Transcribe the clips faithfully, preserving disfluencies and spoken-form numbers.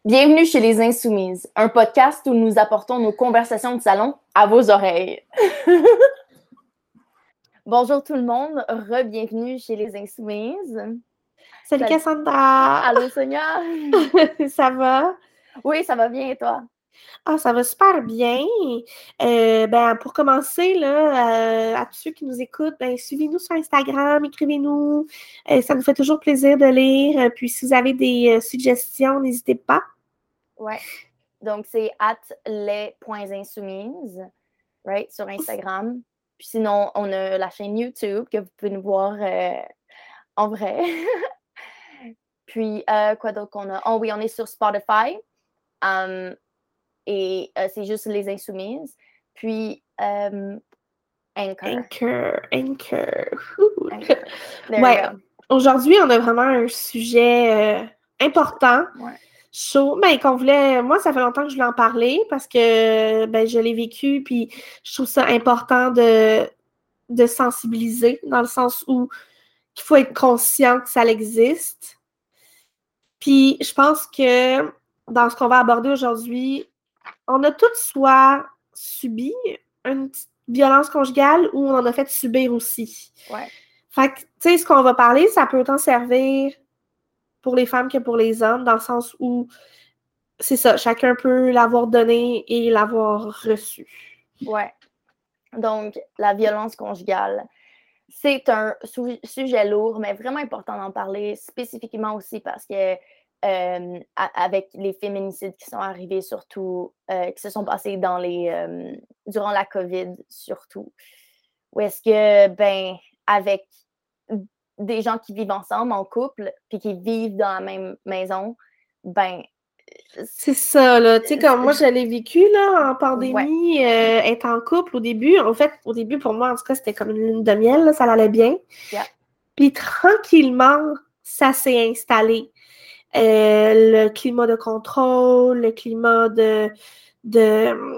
Bienvenue chez Les Insoumises, un podcast où nous apportons nos conversations de salon à vos oreilles. Bonjour tout le monde, re-bienvenue chez Les Insoumises. Salut Cassandra! Allô Sonia! Ça va? Oui, ça va bien et toi? Ah, ça va super bien. Euh, ben, pour commencer, là, euh, à tous ceux qui nous écoutent, ben, suivez-nous sur Instagram, écrivez-nous. Euh, ça nous fait toujours plaisir de lire. Puis si vous avez des euh, suggestions, n'hésitez pas. Ouais. Donc, c'est at les.insoumises, right, sur Instagram. Puis sinon, on a la chaîne YouTube que vous pouvez nous voir euh, en vrai. Puis, euh, quoi d'autre qu'on a? Oh oui, on est sur Spotify. Um, et euh, c'est juste Les Insoumises. Puis, euh, Anchor. Anchor, Anchor. Anchor. There Ouais. you go. Aujourd'hui, on a vraiment un sujet euh, important. Ouais. Chaud, ben, qu'on voulait, moi, ça fait longtemps que je voulais en parler parce que ben, je l'ai vécu, puis je trouve ça important de, de sensibiliser, dans le sens où il faut être conscient que ça existe. Puis je pense que dans ce qu'on va aborder aujourd'hui, on a toutes soit subi une petite violence conjugale ou on en a fait subir aussi. Ouais. Fait que, tu sais, ce qu'on va parler, ça peut autant servir pour les femmes que pour les hommes, dans le sens où c'est ça, chacun peut l'avoir donné et l'avoir reçu. Ouais. Donc, la violence conjugale, c'est un sou- sujet lourd, mais vraiment important d'en parler, spécifiquement aussi parce que euh, a- avec les féminicides qui sont arrivés, surtout, euh, qui se sont passés dans les, euh, durant la COVID, surtout, où est-ce que, ben, avec des gens qui vivent ensemble en couple, puis qui vivent dans la même maison, ben, C'est ça, là. Tu sais, comme moi, je l'ai vécu, là, en pandémie, ouais. euh, être en couple au début. En fait, au début, pour moi, en tout cas, c'était comme une lune de miel, là, ça allait bien. Yeah. Puis tranquillement, ça s'est installé. Euh, le climat de contrôle, le climat de... de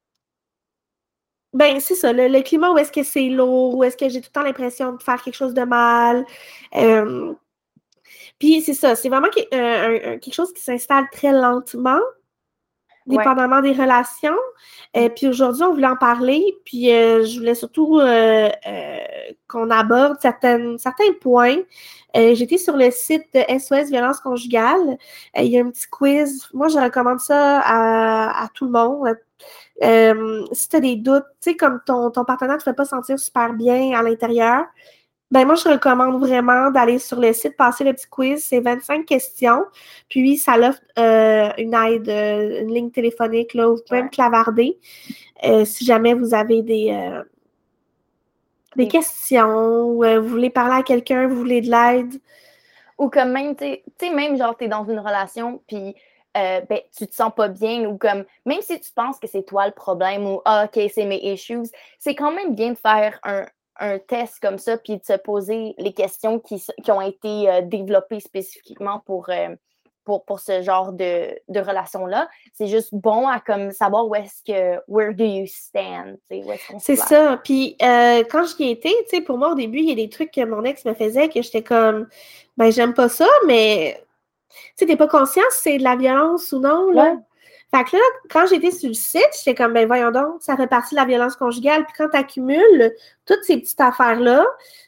ben, c'est ça, le, le climat où est-ce que c'est lourd, où est-ce que j'ai tout le temps l'impression de faire quelque chose de mal. Euh, puis c'est ça, c'est vraiment que, euh, un, un, quelque chose qui s'installe très lentement, dépendamment ouais. des relations. Euh, puis aujourd'hui, on voulait en parler, puis euh, je voulais surtout euh, euh, qu'on aborde certaines, certains points. Euh, j'étais sur le site de S O S Violence Conjugale. Euh, il y a un petit quiz. Moi, je recommande ça à, à tout le monde. Euh, si tu as des doutes, tu sais, comme ton, ton partenaire ne te fait pas sentir super bien à l'intérieur, ben moi, je recommande vraiment d'aller sur le site, passer le petit quiz. C'est vingt-cinq questions. Puis, ça offre euh, une aide, euh, une ligne téléphonique, là, où vous pouvez ouais. me clavarder euh, si jamais vous avez des, euh, des, des questions, ou euh, vous voulez parler à quelqu'un, vous voulez de l'aide. Ou comme même, tu sais, même genre, tu es dans une relation, puis euh, ben, tu te sens pas bien, ou comme, même si tu penses que c'est toi le problème, ou ah, OK, c'est mes issues, c'est quand même bien de faire un, un test comme ça, puis de se poser les questions qui, qui ont été euh, développées spécifiquement pour, euh, pour, pour ce genre de, de relation-là. C'est juste bon à comme savoir où est-ce que, where do you stand, où est-ce qu'on se C'est place. ça. Puis euh, quand j'y étais, tu sais, pour moi, au début, il y a des trucs que mon ex me faisait que j'étais comme, ben, j'aime pas ça, mais tu sais, t'es pas conscient si c'est de la violence ou non, là. Ouais. Fait que là, quand j'étais sur le site, j'étais comme, ben voyons donc, ça fait partie de la violence conjugale. Puis quand tu accumules toutes ces petites affaires-là,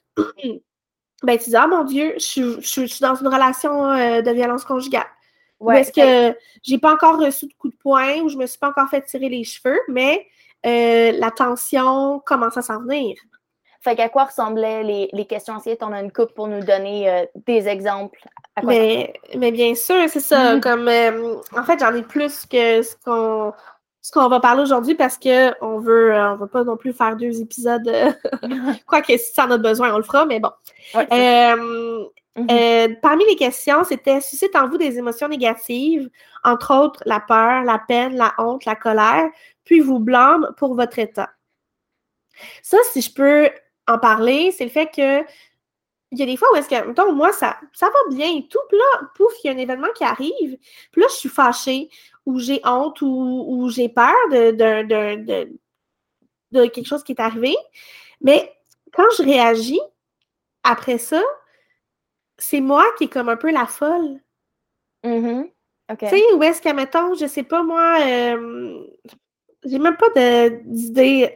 ben tu dis, ah mon Dieu, je suis, je suis, je suis dans une relation euh, de violence conjugale. Ouais, ou est-ce que j'ai pas encore reçu de coup de poing ou je me suis pas encore fait tirer les cheveux, mais euh, la tension commence à s'en venir. Fait qu'à quoi ressemblaient les, les questions ensuite? On a une coupe pour nous donner euh, des exemples. À quoi mais, mais bien sûr, c'est ça. Comme euh, en fait, j'en ai plus que ce qu'on ce qu'on va parler aujourd'hui parce qu'on veut euh, on veut pas non plus faire deux épisodes. Euh, Quoique si ça en a besoin, on le fera, mais bon. Ouais, euh, mm-hmm. euh, parmi les questions, c'était suscite en vous des émotions négatives, entre autres la peur, la peine, la honte, la colère, puis vous blâme pour votre état. Ça, si je peux en parler, c'est le fait que il y a des fois où est-ce que, mettons, moi, ça, ça va bien et tout, puis là, pouf, il y a un événement qui arrive, puis là, je suis fâchée, ou j'ai honte, ou, ou j'ai peur de, de, de, de, de quelque chose qui est arrivé, mais quand je réagis, après ça, c'est moi qui est comme un peu la folle. Mm-hmm. OK. Tu sais, où est-ce que, mettons, je sais pas, moi, euh, j'ai même pas de- d'idée.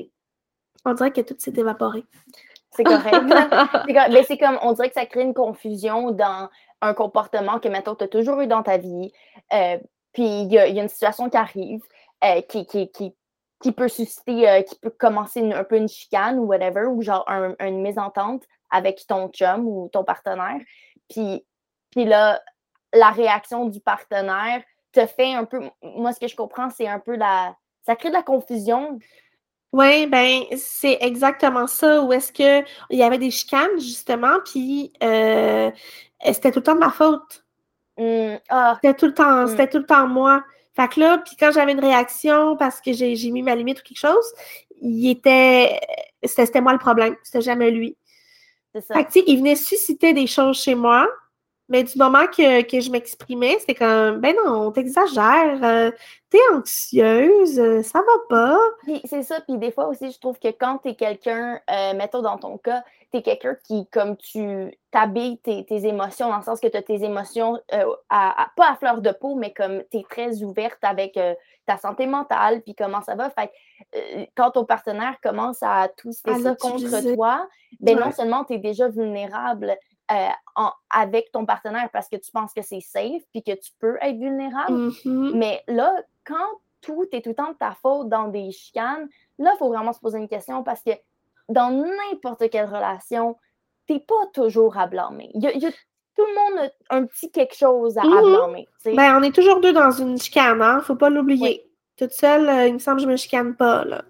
On dirait que tout s'est évaporé. C'est correct. c'est, correct. Ben, c'est comme, on dirait que ça crée une confusion dans un comportement que, mettons, tu as toujours eu dans ta vie. Euh, puis il y, y a une situation qui arrive, euh, qui, qui, qui, qui peut susciter, euh, qui peut commencer une, un peu une chicane ou whatever, ou genre un, une mésentente avec ton chum ou ton partenaire. Puis, puis là, la réaction du partenaire te fait un peu. Moi, ce que je comprends, c'est un peu la. Ça crée de la confusion. Oui, ben c'est exactement ça. Où est-ce que il y avait des chicanes, justement, puis euh, c'était tout le temps de ma faute. Mm, ah, C'était tout le temps, mm, c'était tout le temps moi. Fait que là, puis quand j'avais une réaction parce que j'ai, j'ai mis ma limite ou quelque chose, il était. C'était, c'était moi le problème. C'était jamais lui. c'est Fait ça. que, tu sais, il venait susciter des choses chez moi, mais du moment que, que je m'exprimais, c'était comme, ben non, t'exagères, euh, t'es anxieuse, euh, ça va pas. Puis c'est ça, puis des fois aussi, je trouve que quand tu es quelqu'un, euh, mettons dans ton cas, tu es quelqu'un qui, comme tu t'habilles tes, tes émotions, dans le sens que tu as tes émotions, euh, à, à- pas à fleur de peau, mais comme tu es très ouverte avec euh, ta santé mentale, puis comment ça va. Fait que, euh, quand ton partenaire commence à twister À ça contre l'utiliser. toi, ben non Ouais. seulement tu es déjà vulnérable euh, en- avec ton partenaire parce que tu penses que c'est safe, puis que tu peux être vulnérable, Mhm. mais là, quand tout est tout le temps de ta faute dans des chicanes, là, il faut vraiment se poser une question parce que dans n'importe quelle relation, tu n'es pas toujours à blâmer. Il y a, il y a- tout le monde a un petit quelque chose à, à Mhm. blâmer. Tu sais. Ben, on est toujours deux dans une chicane, hein? Faut pas Oui. l'oublier. Toute seule, euh, il me semble que je me chicane pas, là.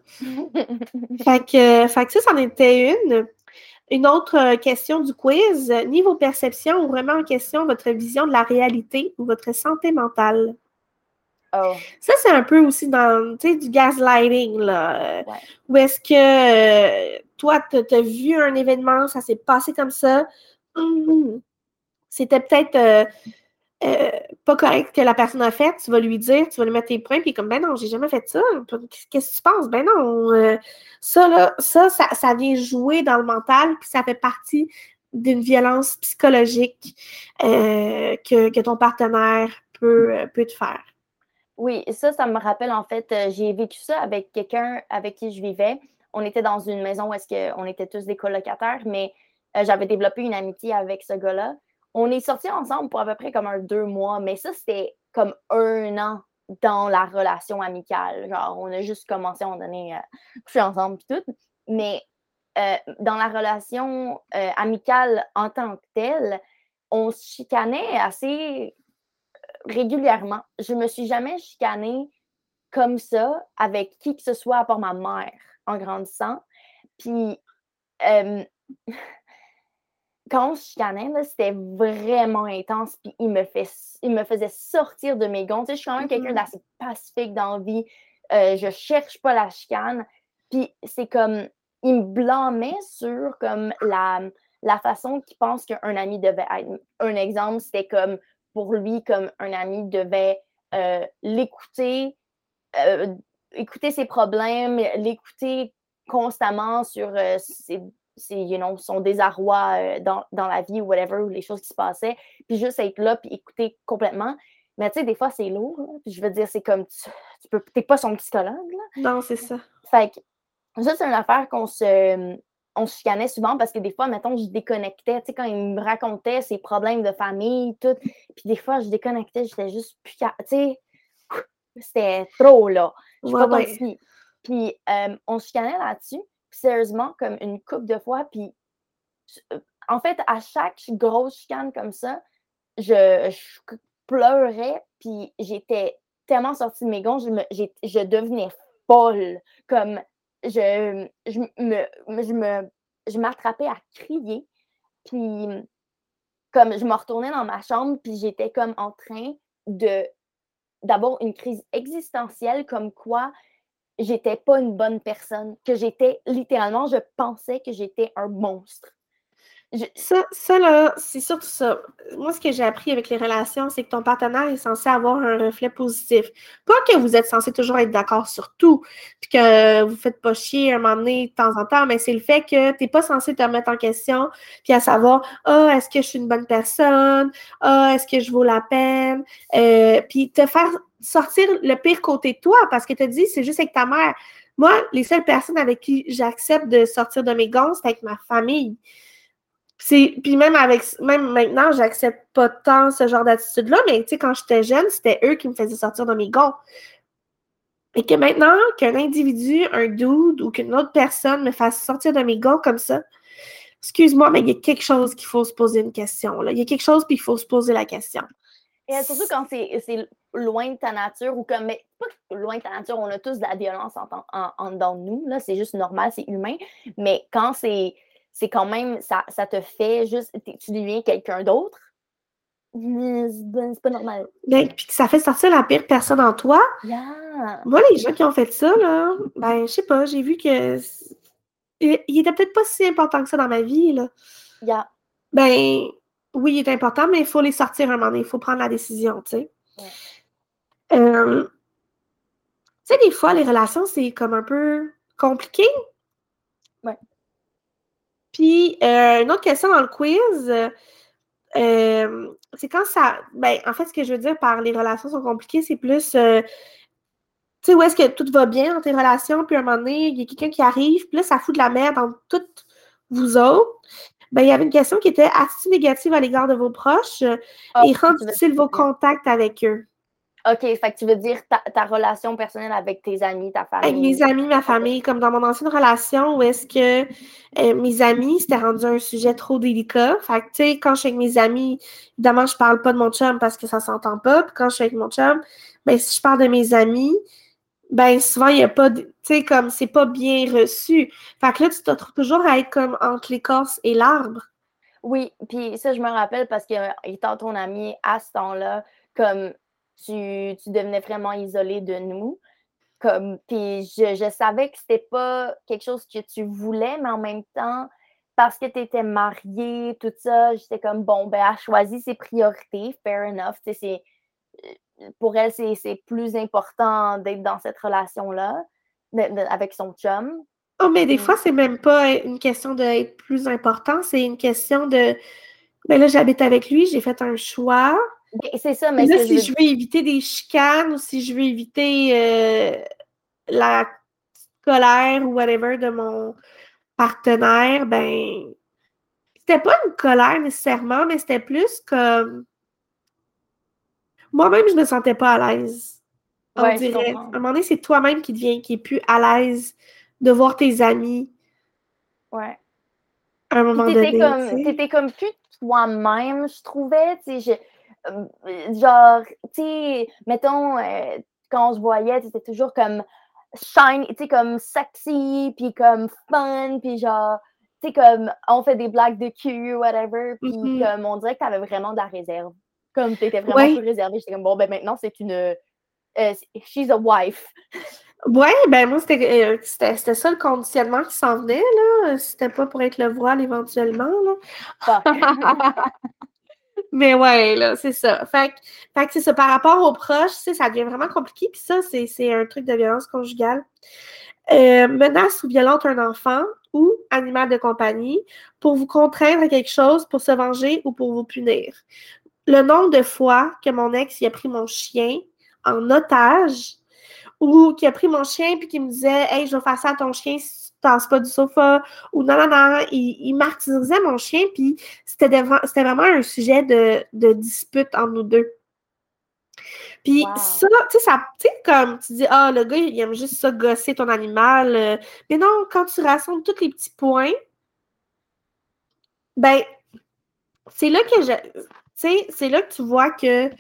Fait que, euh, fait que ça, c'en était une. Une autre euh, question du quiz. Ni vos perceptions ou vraiment en question votre vision de la réalité ou votre santé mentale. oh, Ça, c'est un peu aussi dans, tu sais, du gaslighting, là. ouais. Où est-ce que euh, toi, tu as vu un événement, ça s'est passé comme ça. Hum, C'était peut-être euh, euh, pas correct que la personne a fait. Tu vas lui dire, tu vas lui mettre tes points, puis comme, ben non, j'ai jamais fait ça. Qu'est-ce que tu penses? Ben non. euh, ça, là, ça, ça, ça vient jouer dans le mental, puis ça fait partie d'une violence psychologique euh, que, que ton partenaire peut, euh, peut te faire. Oui, ça, ça me rappelle en fait, euh, j'ai vécu ça avec quelqu'un avec qui je vivais. On était dans une maison où est-ce qu'on était tous des colocataires, mais euh, j'avais développé une amitié avec ce gars-là. On est sortis ensemble pour à peu près comme un deux mois, mais ça, c'était comme un an dans la relation amicale. Genre, on a juste commencé à un moment donné à coucher ensemble et tout. Mais euh, dans la relation euh, amicale en tant que telle, on se chicanait assez régulièrement. Je me suis jamais chicanée comme ça avec qui que ce soit à part ma mère en grandissant. Puis euh, quand on se chicanait, là, c'était vraiment intense. Puis il me, fait, il me faisait sortir de mes gonds. Tu sais, je suis quand même quelqu'un Mhm. d'assez pacifique dans la vie. Euh, je cherche pas la chicane. Puis c'est comme, il me blâmait sur comme la, la façon qu'il pense qu'un ami devait être. Un exemple, c'était comme, pour lui, comme un ami devait euh, l'écouter, euh, écouter ses problèmes, l'écouter constamment sur euh, ses, ses, you know, son désarroi euh, dans, dans la vie ou whatever, ou les choses qui se passaient, puis juste être là, puis écouter complètement. Mais tu sais, des fois, c'est lourd. Là. Puis je veux dire, c'est comme, tu, tu peux, t'es pas son psychologue. Là. Non, c'est ça. Fait que ça, c'est une affaire qu'on se, on se chicanait souvent parce que des fois, mettons, je déconnectais, tu sais, quand il me racontait ses problèmes de famille, tout, puis des fois, je déconnectais, j'étais juste plus, tu sais, c'était trop, là. Je suis Ouais, pas ton ouais. psy. Puis, euh, on se chicanait là-dessus, puis sérieusement, comme une couple de fois, puis euh, en fait, à chaque grosse chicane comme ça, je, je pleurais, puis j'étais tellement sortie de mes gonds, je, me, je devenais folle. Comme, je, je me, je me, je m'attrapais à crier, puis comme je me retournais dans ma chambre, puis j'étais comme en train de d'abord une crise existentielle comme quoi j'étais pas une bonne personne, que j'étais littéralement, je pensais que j'étais un monstre. Je... Ça, ça, là, c'est surtout ça. Moi, ce que j'ai appris avec les relations, c'est que ton partenaire est censé avoir un reflet positif. Pas que vous êtes censé toujours être d'accord sur tout, puis que vous faites pas chier un moment donné de temps en temps, mais c'est le fait que t'es pas censé te remettre en question, puis à savoir, ah, est-ce que je suis une bonne personne? Ah, est-ce que je vaux la peine? Euh, puis te faire sortir le pire côté de toi, parce que tu dit, c'est juste avec ta mère. Moi, les seules personnes avec qui j'accepte de sortir de mes gonds, c'est avec ma famille. C'est, puis même avec même maintenant, j'accepte pas tant ce genre d'attitude-là, mais tu sais, quand j'étais jeune, c'était eux qui me faisaient sortir de mes gonds. Et que maintenant, qu'un individu, un dude ou qu'une autre personne me fasse sortir de mes gonds comme ça, excuse-moi, mais il y a quelque chose qu'il faut se poser une question. Là. Il y a quelque chose, puis il faut se poser la question. Et surtout quand c'est, c'est loin de ta nature ou comme, mais pas loin de ta nature, on a tous de la violence en, en, en dedans de nous, là, c'est juste normal, c'est humain, mais quand c'est, c'est quand même, ça, ça te fait juste, tu deviens quelqu'un d'autre, c'est pas normal. Ben, puis que ça fait sortir la pire personne en toi. Yeah. Moi, les gens qui ont fait ça, là, ben, je sais pas, j'ai vu que il, il était peut-être pas si important que ça dans ma vie, là. Yeah. Ben, oui, il est important, mais il faut les sortir un moment donné. Il faut prendre la décision, tu sais. Ouais. Euh, tu sais, des fois, les relations, c'est comme un peu compliqué. Ouais. Puis, euh, une autre question dans le quiz, euh, c'est quand ça... Ben, en fait, ce que je veux dire par les relations sont compliquées, c'est plus... Euh, tu sais, où est-ce que tout va bien dans tes relations, puis à un moment donné, il y a quelqu'un qui arrive, puis là, ça fout de la merde entre toutes vous autres. Ben, il y avait une question qui était attitude négative à l'égard de vos proches euh, oh, et rend difficile vos contacts avec eux. OK, fait que tu veux dire ta, ta relation personnelle avec tes amis, ta famille. Avec mes amis, ma famille, comme dans mon ancienne relation où est-ce que euh, mes amis, c'était rendu un sujet trop délicat. Fait que, tu sais, quand je suis avec mes amis, évidemment, je parle pas de mon chum parce que ça s'entend pas. Puis quand je suis avec mon chum, ben, si je parle de mes amis, ben, souvent, il y a pas de, tu sais, comme, c'est pas bien reçu. Fait que là, tu te retrouves toujours à être comme entre l'écorce et l'arbre. Oui, puis ça, je me rappelle parce que étant ton ami à ce temps-là, comme tu, tu devenais vraiment isolé de nous. Comme, puis je, je savais que c'était pas quelque chose que tu voulais, mais en même temps, parce que tu étais mariée, tout ça, j'étais comme, bon, ben, elle choisit ses priorités, fair enough. Tu sais, c'est, pour elle, c'est, c'est plus important d'être dans cette relation-là de, de, avec son chum. Oh, mais des fois, c'est même pas une question d'être plus important, c'est une question de, ben là, j'habite avec lui, j'ai fait un choix. Et c'est ça, mais là, ce que si je veux... je veux éviter des chicanes ou si je veux éviter euh, la colère ou whatever de mon partenaire, ben, c'était pas une colère nécessairement, mais c'était plus comme moi-même, je me sentais pas à l'aise. On Ouais, je dirait. comprends. À un moment donné, c'est toi-même qui deviens, qui est plus à l'aise de voir tes amis. Ouais. À un Puis moment t'étais donné, comme, tu sais. t'étais comme plus toi-même, je trouvais, tu sais, je, euh, genre, tu sais, mettons, euh, quand on se voyait, t'étais toujours comme shine, tu sais, comme sexy, puis comme fun, puis genre, tu sais, comme, on fait des blagues de cul, whatever, puis Mm-hmm. comme, on dirait que t'avais vraiment de la réserve. Comme, t'étais vraiment Ouais. plus réservée, j'étais comme, bon, ben maintenant, c'est une, euh, she's a wife. Ouais, ben moi, c'était, euh, c'était, c'était ça le conditionnement qui s'en venait, là. C'était pas pour être le voile éventuellement, là. Fuck. Mais ouais, là, c'est ça. Fait que, fait que c'est ça. Par rapport aux proches, tu sais, ça devient vraiment compliqué. Puis ça, c'est, c'est un truc de violence conjugale. Euh, menace ou violente un enfant ou animal de compagnie pour vous contraindre à quelque chose, pour se venger ou pour vous punir. Le nombre de fois que mon ex il a pris mon chien en otage ou qui a pris mon chien puis qui me disait « Hey, je vais faire ça à ton chien si tu ne tasses pas du sofa » ou « Non, non, non », il, il martyrisait mon chien puis c'était, devant, c'était vraiment un sujet de, de dispute entre nous deux. Puis Wow. ça, tu sais, ça, tu sais, comme tu dis, ah, le gars, il aime juste ça, gosser ton animal. Euh, mais non, quand tu rassembles tous les petits points, ben, c'est là que je, tu sais, c'est là que tu vois que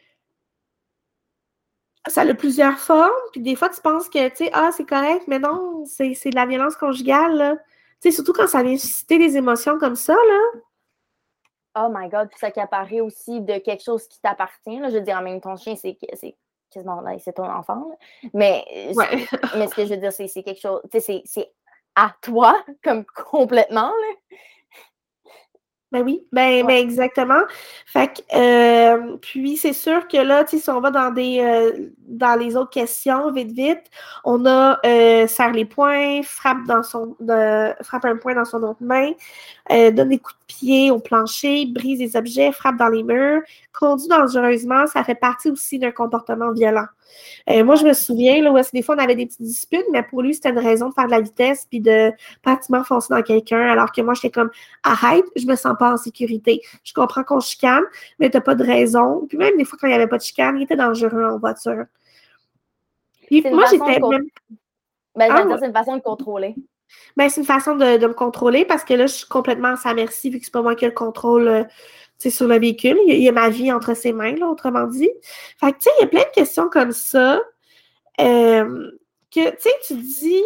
ça a plusieurs formes, puis des fois, tu penses que, tu sais, ah, c'est correct, mais non, c'est, c'est de la violence conjugale, là. Tu sais, surtout quand ça vient susciter des émotions comme ça, là. Oh my God, puis s'accaparer aussi de quelque chose qui t'appartient. Là. Je veux dire, en même ton chien, c'est, c'est quasiment là, c'est ton enfant. Là. Mais, Ouais. mais ce que je veux dire, c'est, c'est quelque chose, tu sais, c'est, c'est à toi, comme complètement. Là. Ben oui, ben, Ouais. ben exactement. Fait que, euh, puis c'est sûr que là, tu sais, si on va dans des, euh, dans les autres questions, vite, vite, on a euh, serre les poings, frappe dans son, de, frappe un poing dans son autre main, euh, donne des coups de pied au plancher, brise des objets, frappe dans les murs, conduit dangereusement, ça fait partie aussi d'un comportement violent. Euh, moi, je me souviens, là, où est-ce que des fois, on avait des petites disputes, mais pour lui, c'était une raison de faire de la vitesse puis de pratiquement foncer dans quelqu'un, alors que moi, j'étais comme, arrête, je me sens pas en sécurité. Je comprends qu'on chicane, mais t'as pas de raison. Puis même des fois, quand il n'y avait pas de chicane, il était dangereux en voiture. Puis moi, j'étais con... même... Ben, Ah, je ouais. dire, c'est une façon de contrôler. Ben, c'est une façon de, de me contrôler parce que là, je suis complètement à sa merci vu que c'est pas moi qui ai le contrôle euh, sur le véhicule. Il y, a, il y a ma vie entre ses mains, là, autrement dit. Fait que, tu sais, il y a plein de questions comme ça. Euh, que, tu sais, tu dis,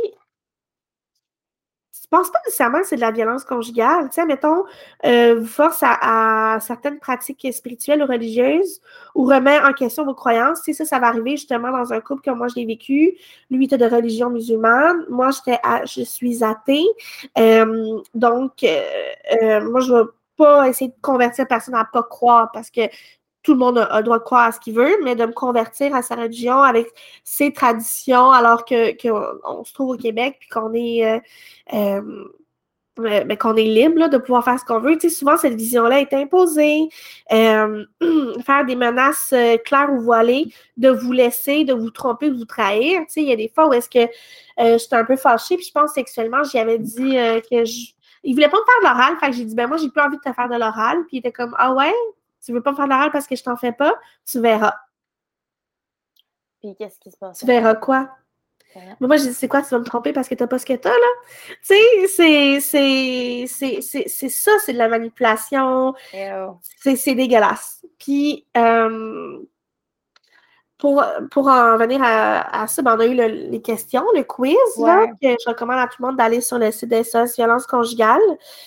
tu penses pas nécessairement que c'est de la violence conjugale. Tu sais, mettons, euh, vous force à, à certaines pratiques spirituelles ou religieuses ou remet en question vos croyances. Tu sais, ça, ça va arriver justement dans un couple comme moi, je l'ai vécu. Lui, il était de religion musulmane. Moi, j'étais à, je suis athée. Euh, donc, euh, euh, moi, je vais pas essayer de convertir personne à pas croire parce que tout le monde a, a le droit de croire à ce qu'il veut, mais de me convertir à sa religion avec ses traditions, alors que, que on se trouve au Québec puis qu'on est euh, euh, mais qu'on est libre là, de pouvoir faire ce qu'on veut. Tu sais, souvent, cette vision-là est imposée. Euh, faire des menaces euh, claires ou voilées, de vous laisser, de vous tromper, de vous trahir. Tu sais, il y a des fois où est-ce que euh, j'étais un peu fâchée, puis je pense sexuellement, j'y avais dit euh, que je... Il voulait pas me faire de l'oral, fait que j'ai dit, ben moi, j'ai plus envie de te faire de l'oral. Puis il était comme, ah ouais? Tu veux pas me faire de l'oral parce que je t'en fais pas? Tu verras. Puis qu'est-ce qui se passe? Tu verras quoi? Ouais. Mais moi, j'ai dit, c'est quoi, tu vas me tromper parce que t'as pas ce que t'as, là? Tu sais, c'est, c'est, c'est, c'est, c'est ça, c'est de la manipulation. Oh. C'est, c'est dégueulasse. Puis, euh, pour, pour en venir à, à ça, ben, on a eu le, les questions, le quiz, là, Ouais. que je recommande à tout le monde d'aller sur le site d'S O S Violence Conjugale.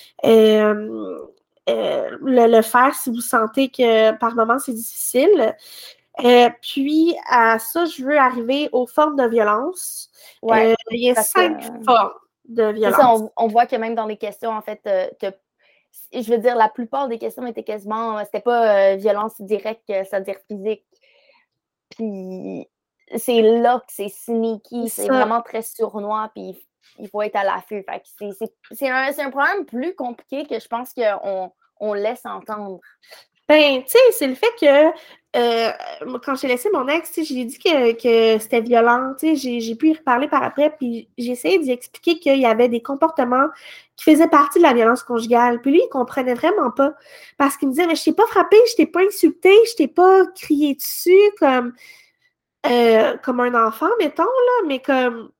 Euh, euh, le, le faire si vous sentez que par moment c'est difficile. Euh, puis, à ça, je veux arriver aux formes de violence. Ouais. Euh, il y a Parce cinq que, formes de c'est violence. ça, on, on voit que même dans les questions, en fait, euh, que, je veux dire, la plupart des questions étaient quasiment, euh, c'était pas euh, violence directe, c'est-à-dire physique. Puis, c'est là que c'est sneaky, c'est Ça. vraiment très sournois, puis il faut être à l'affût. Fait que c'est, c'est, c'est, un, c'est un problème plus compliqué que je pense qu'on on laisse entendre. Ben, tu sais, c'est le fait que euh, quand j'ai laissé mon ex, tu sais, j'ai dit que, que c'était violent, tu sais, j'ai, j'ai pu y reparler par après, puis j'ai essayé d'y expliquer qu'il y avait des comportements qui faisaient partie de la violence conjugale. Puis lui, il comprenait vraiment pas, parce qu'il me disait, mais je t'ai pas frappé, je t'ai pas insulté, je t'ai pas crié dessus comme, euh, comme un enfant, mettons, là, mais comme...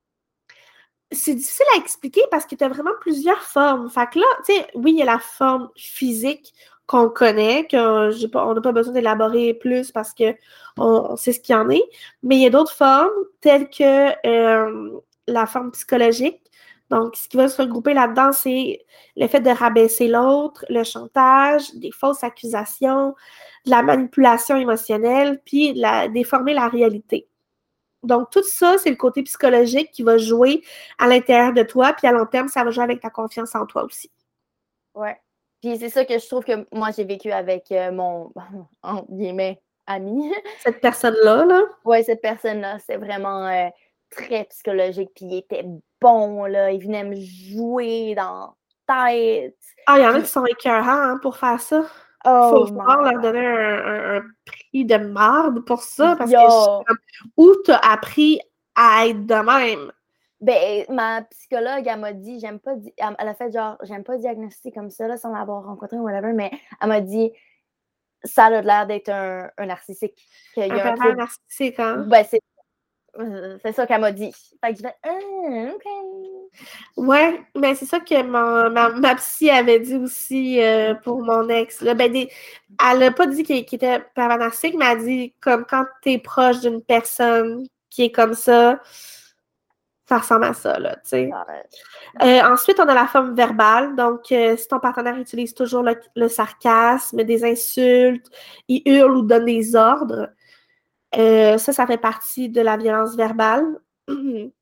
C'est difficile à expliquer parce que tu as vraiment plusieurs formes. Fait que là, tu sais, oui, il y a la forme physique qu'on connaît, qu'on n'a pas besoin d'élaborer plus parce qu'on on sait ce qu'il y en est, mais il y a d'autres formes telles que euh, la forme psychologique. Donc, ce qui va se regrouper là-dedans, c'est le fait de rabaisser l'autre, le chantage, des fausses accusations, de la manipulation émotionnelle, puis la, déformer la réalité. Donc, tout ça, c'est le côté psychologique qui va jouer à l'intérieur de toi, puis à long terme, ça va jouer avec ta confiance en toi aussi. Ouais. Puis c'est ça que je trouve que moi, j'ai vécu avec euh, mon, entre guillemets, ami. Cette personne-là, là. Ouais, cette personne-là, c'est vraiment euh, très psychologique, puis il était bon, là. Il venait me jouer dans la tête. Ah, il y en a Puis, qui sont écœurants hein, pour faire ça. oh Faut pouvoir my leur donner un, un, un prix de marde pour ça, parce que je, Yo! où t'as appris à être de même? Ben, ma psychologue, elle m'a dit, j'aime pas, di- elle a fait genre, j'aime pas diagnostiquer comme ça, là, sans l'avoir rencontré ou whatever, mais elle m'a dit, ça a l'air d'être un, un narcissique, qu'il y Un a un pervers trouble. narcissique, hein? Ben, c'est, c'est ça qu'elle m'a dit. Fait que je fais, ah, OK. Ouais, mais c'est ça que mon, ma, ma psy avait dit aussi euh, pour mon ex. Là. Ben, des, elle n'a pas dit qu'il, qu'il était pervers narcissique, mais elle a dit comme quand tu es proche d'une personne qui est comme ça, ça ressemble à ça, là, tu sais. Euh, ensuite, on a la forme verbale. Donc, euh, si ton partenaire utilise toujours le, le sarcasme, des insultes, il hurle ou donne des ordres, euh, ça, ça fait partie de la violence verbale.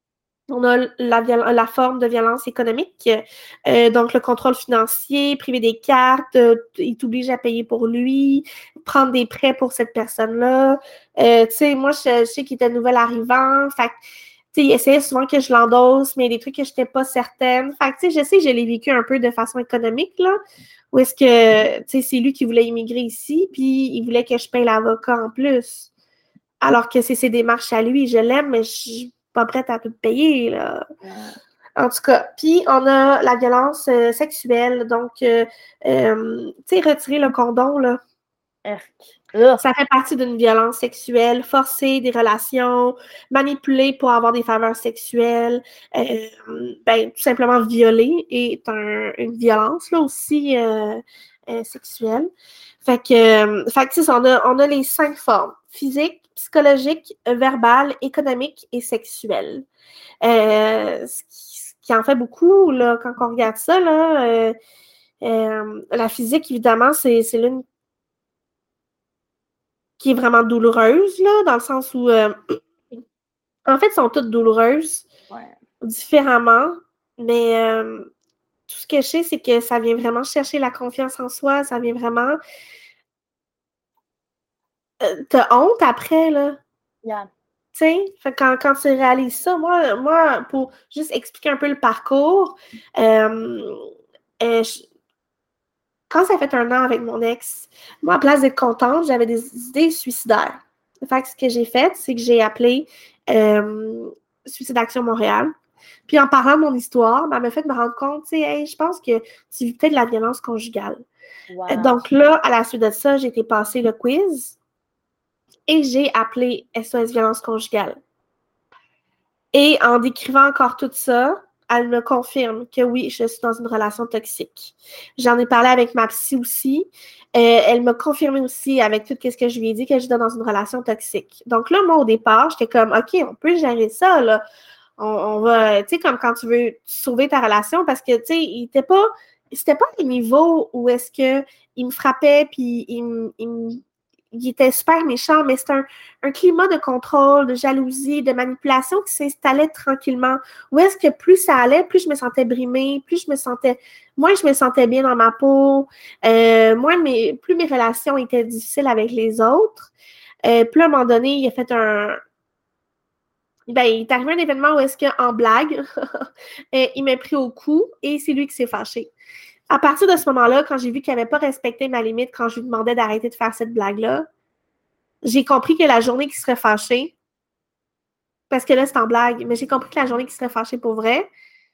On a la, viol- la forme de violence économique, euh, donc le contrôle financier, priver des cartes, euh, il t'oblige à payer pour lui, prendre des prêts pour cette personne-là. Euh, tu sais, moi, je, je sais qu'il était nouvel arrivant, fait que, tu sais, il essayait souvent que je l'endosse, mais il y a des trucs que je n'étais pas certaine. Fait que, tu sais, je sais que je l'ai vécu un peu de façon économique, là, où est-ce que, tu sais, c'est lui qui voulait immigrer ici, puis il voulait que je paye l'avocat en plus. Alors que c'est ses démarches à lui. Je l'aime, mais je suis pas prête à tout payer, là. Ouais. En tout cas, puis on a la violence euh, sexuelle. Donc, euh, euh, tu sais, retirer le condom, là, Ugh. ça fait partie d'une violence sexuelle, forcer des relations, manipuler pour avoir des faveurs sexuelles, euh, ben, tout simplement violer est un, une violence, là, aussi euh, euh, sexuelle. Fait que, euh, fait que, tu sais, on a, on a les cinq formes: physique, psychologique, verbale, économique et sexuelle. Euh, ce, qui, ce qui en fait beaucoup, là, quand on regarde ça, là, euh, euh, la physique, évidemment, c'est, c'est l'une qui est vraiment douloureuse, là, dans le sens où, euh, en fait, elles sont toutes douloureuses, Ouais. différemment, mais euh, tout ce que je sais, c'est que ça vient vraiment chercher la confiance en soi, ça vient vraiment... Euh, t'as honte après, là. Yeah. Tu sais, fait que quand, quand tu réalises ça, moi, moi, pour juste expliquer un peu le parcours, euh, euh, je- quand ça fait un an avec mon ex, moi, à place d'être contente, j'avais des idées suicidaires. Fait que ce que j'ai fait, c'est que j'ai appelé euh, Suicide Action Montréal. Puis en parlant de mon histoire, ben, elle m'a fait me rendre compte, tu sais, hey, je pense que tu vis peut-être de la violence conjugale. Wow. Donc là, à la suite de ça, j'ai été passer le quiz et j'ai appelé S O S Violence Conjugale. Et en décrivant encore tout ça, elle me confirme que oui, je suis dans une relation toxique. J'en ai parlé avec ma psy aussi. Euh, elle m'a confirmé aussi avec tout ce que je lui ai dit que j'étais dans une relation toxique. Donc là, moi, au départ, j'étais comme, OK, on peut gérer ça, là. On, on va, tu sais, comme quand tu veux sauver ta relation, parce que, tu sais, il était pas, c'était pas un niveau où est-ce que il me frappait, puis il, il, il était super méchant, mais c'était un, un climat de contrôle, de jalousie, de manipulation qui s'installait tranquillement. Où est-ce que plus ça allait, plus je me sentais brimée, plus je me sentais, moins je me sentais bien dans ma peau, euh, moins mes, plus mes relations étaient difficiles avec les autres. Euh, puis à un moment donné, il a fait un, ben, il est arrivé un événement où est-ce qu'en blague, il m'a pris au cou et c'est lui qui s'est fâché. À partir de ce moment-là, quand j'ai vu qu'il n'avait pas respecté ma limite quand je lui demandais d'arrêter de faire cette blague-là, j'ai compris que la journée qu'il serait fâché, parce que là, c'est en blague, mais j'ai compris que la journée qu'il serait fâché pour vrai,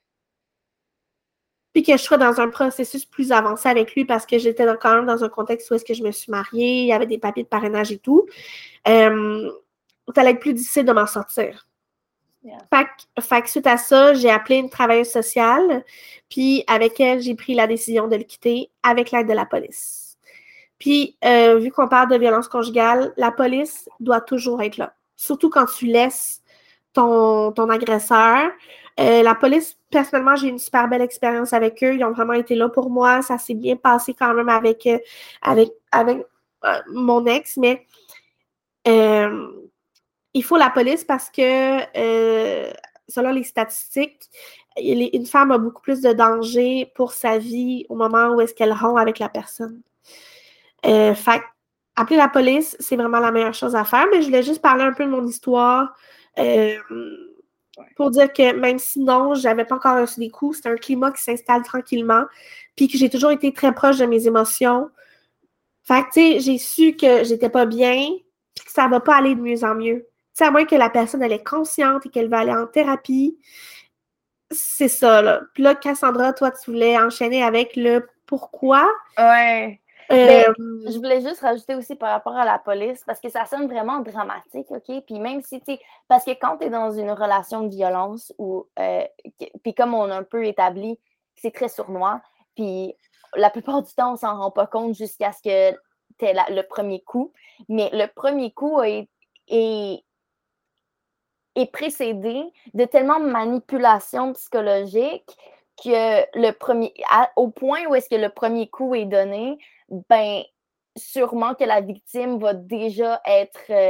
puis que je serais dans un processus plus avancé avec lui parce que j'étais quand même dans un contexte où est-ce que je me suis mariée, il y avait des papiers de parrainage et tout, euh, ça allait être plus difficile de m'en sortir. Yeah. Fait, fait que suite à ça, j'ai appelé une travailleuse sociale, puis avec elle, j'ai pris la décision de le quitter avec l'aide de la police. Puis, euh, vu qu'on parle de violence conjugale, la police doit toujours être là. Surtout quand tu laisses ton, ton agresseur. Euh, la police, personnellement, j'ai eu une super belle expérience avec eux. Ils ont vraiment été là pour moi. Ça s'est bien passé quand même avec, euh, avec, avec euh, mon ex, mais euh, il faut la police parce que, euh, selon les statistiques, une femme a beaucoup plus de danger pour sa vie au moment où est-ce qu'elle rompt avec la personne. Euh, fait appeler la police, c'est vraiment la meilleure chose à faire, mais je voulais juste parler un peu de mon histoire euh, pour dire que même si non, j'avais pas encore reçu des coups, c'est un climat qui s'installe tranquillement, puis que j'ai toujours été très proche de mes émotions. Fait que, tu sais, j'ai su que j'étais pas bien, puis que ça va pas aller de mieux en mieux. Tu sais, à moins que la personne, elle est consciente et qu'elle va aller en thérapie, c'est ça, là. Puis là, Cassandra, toi, tu voulais enchaîner avec le pourquoi. Ouais. Euh, Ben, je voulais juste rajouter aussi par rapport à la police, parce que ça sonne vraiment dramatique, OK? Puis même si, tu sais, parce que quand tu es dans une relation de violence, ou, euh, puis comme on a un peu établi, c'est très sournois, puis la plupart du temps, on s'en rend pas compte jusqu'à ce que tu aies le premier coup. Mais le premier coup est, est, est précédé de tellement de manipulation psychologique que le premier, à, au point où est-ce que le premier coup est donné, ben sûrement que la victime va déjà être euh,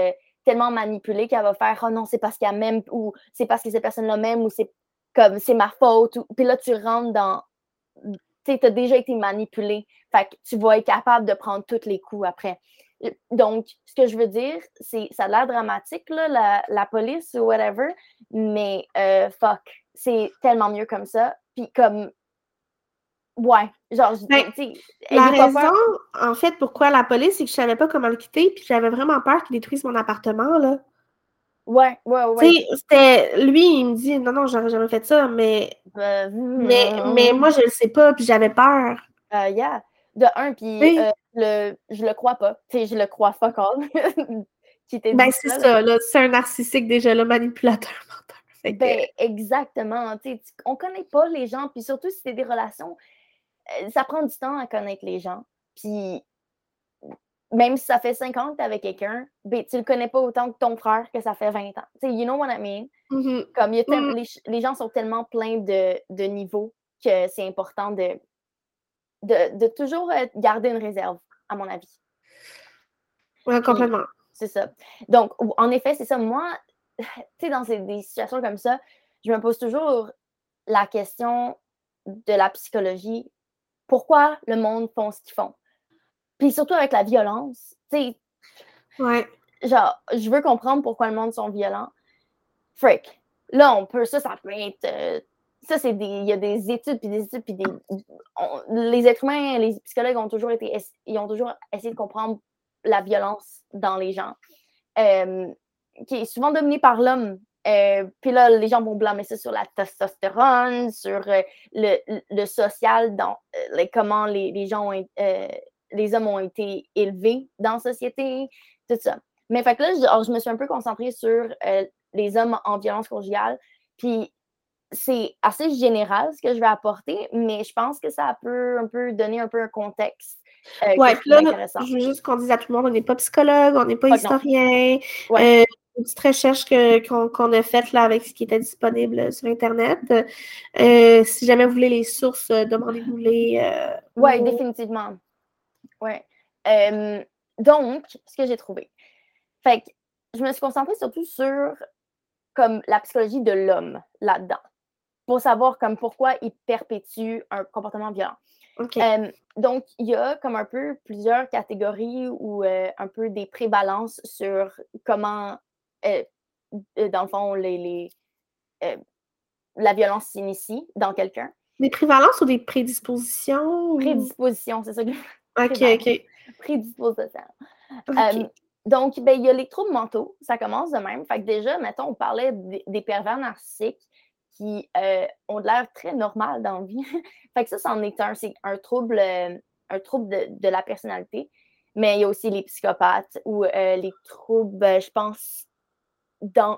tellement manipulée qu'elle va faire « Oh non, c'est parce qu'elle m'aime » ou « C'est parce que cette personne-là m'aime » ou « C'est comme c'est ma faute » ou puis là, tu rentres dans tu sais, tu as déjà été manipulé. Fait que tu vas être capable de prendre tous les coups après. Donc, ce que je veux dire, c'est ça a l'air dramatique, là, la, la police ou whatever, mais euh, fuck, c'est tellement mieux comme ça. Puis comme, ouais, genre, Ben, tu sais, la ayez pas raison, peur. en fait, pourquoi la police, c'est que je savais pas comment le quitter, puis j'avais vraiment peur qu'il détruise mon appartement, là. Ouais, ouais, Tu ouais. sais, c'était... Lui, il me dit, non, non, j'aurais jamais fait ça, mais... Euh, Mais, mais moi, je le sais pas, puis j'avais peur. euh, yeah. De un, puis Oui. euh, le, je le crois pas. Tu sais, je le crois fuck all. Qui t'ait Ben, dit c'est ça, là. ça, là. C'est un narcissique, déjà, là, manipulateur, menteur. Fait que... Ben, exactement. Tu sais, tu- on connaît pas les gens, puis surtout si c'est des relations, euh, ça prend du temps à connaître les gens. Puis même si ça fait cinq ans que tu es avec quelqu'un, ben, tu le connais pas autant que ton frère que ça fait vingt ans. Tu sais, you know what I mean? Mhm. Comme il y a tel- Mhm. les, les gens sont tellement pleins de, de niveaux que c'est important de, de, de toujours euh, garder une réserve, à mon avis. Ouais, Puis, complètement. c'est ça. Donc, en effet, c'est ça. Moi, tu sais, dans ces, des situations comme ça, je me pose toujours la question de la psychologie. Pourquoi le monde font ce qu'ils font? Puis surtout avec la violence, tu sais, Ouais. genre, je veux comprendre pourquoi le monde sont violents. Frick. Là, on peut, ça, ça peut être. Euh, ça, c'est des. Il y a des études, puis des études, puis des. On, les êtres humains, les psychologues ont toujours été. Ils ont toujours essayé de comprendre la violence dans les gens, euh, qui est souvent dominée par l'homme. Euh, puis là, les gens vont blâmer ça sur la testostérone, sur euh, le, le social, dans euh, les, comment les, les gens ont, euh, les hommes ont été élevés dans la société, tout ça. Mais fait que là, je, je me suis un peu concentrée sur euh, les hommes en violence conjugale. Puis c'est assez général ce que je vais apporter, mais je pense que ça peut un peu donner un peu un contexte euh, Ouais, que je puis trouve là, intéressant. je veux juste qu'on dise à tout le monde, on n'est pas psychologue, on n'est pas Pas que non. historien. Ouais. Euh, une petite recherche que, qu'on, qu'on a faite là avec ce qui était disponible sur Internet. Euh, si jamais vous voulez les sources, euh, demandez-nous-les. Euh, Ouais, ou- définitivement. Ouais. Euh, donc, ce que j'ai trouvé. Fait que je me suis concentrée surtout sur comme la psychologie de l'homme là-dedans, pour savoir comme pourquoi il perpétue un comportement violent. OK. Euh, donc, il y a comme un peu plusieurs catégories ou euh, un peu des prévalences sur comment, euh, dans le fond, les, les, euh, la violence s'initie dans quelqu'un. Des prévalences ou des prédispositions? Ou... Prédisposition, c'est ça que je OK, prévalence. OK. Prédisposition. Euh, OK. donc, ben, il y a les troubles mentaux, ça commence de même. Fait que déjà, mettons, on parlait des, des pervers narcissiques qui euh, ont de l'air très normal dans la vie. Fait que ça, c'en est un. C'est un trouble, euh, un trouble de, de la personnalité. Mais il y a aussi les psychopathes ou euh, les troubles, euh, je pense, dans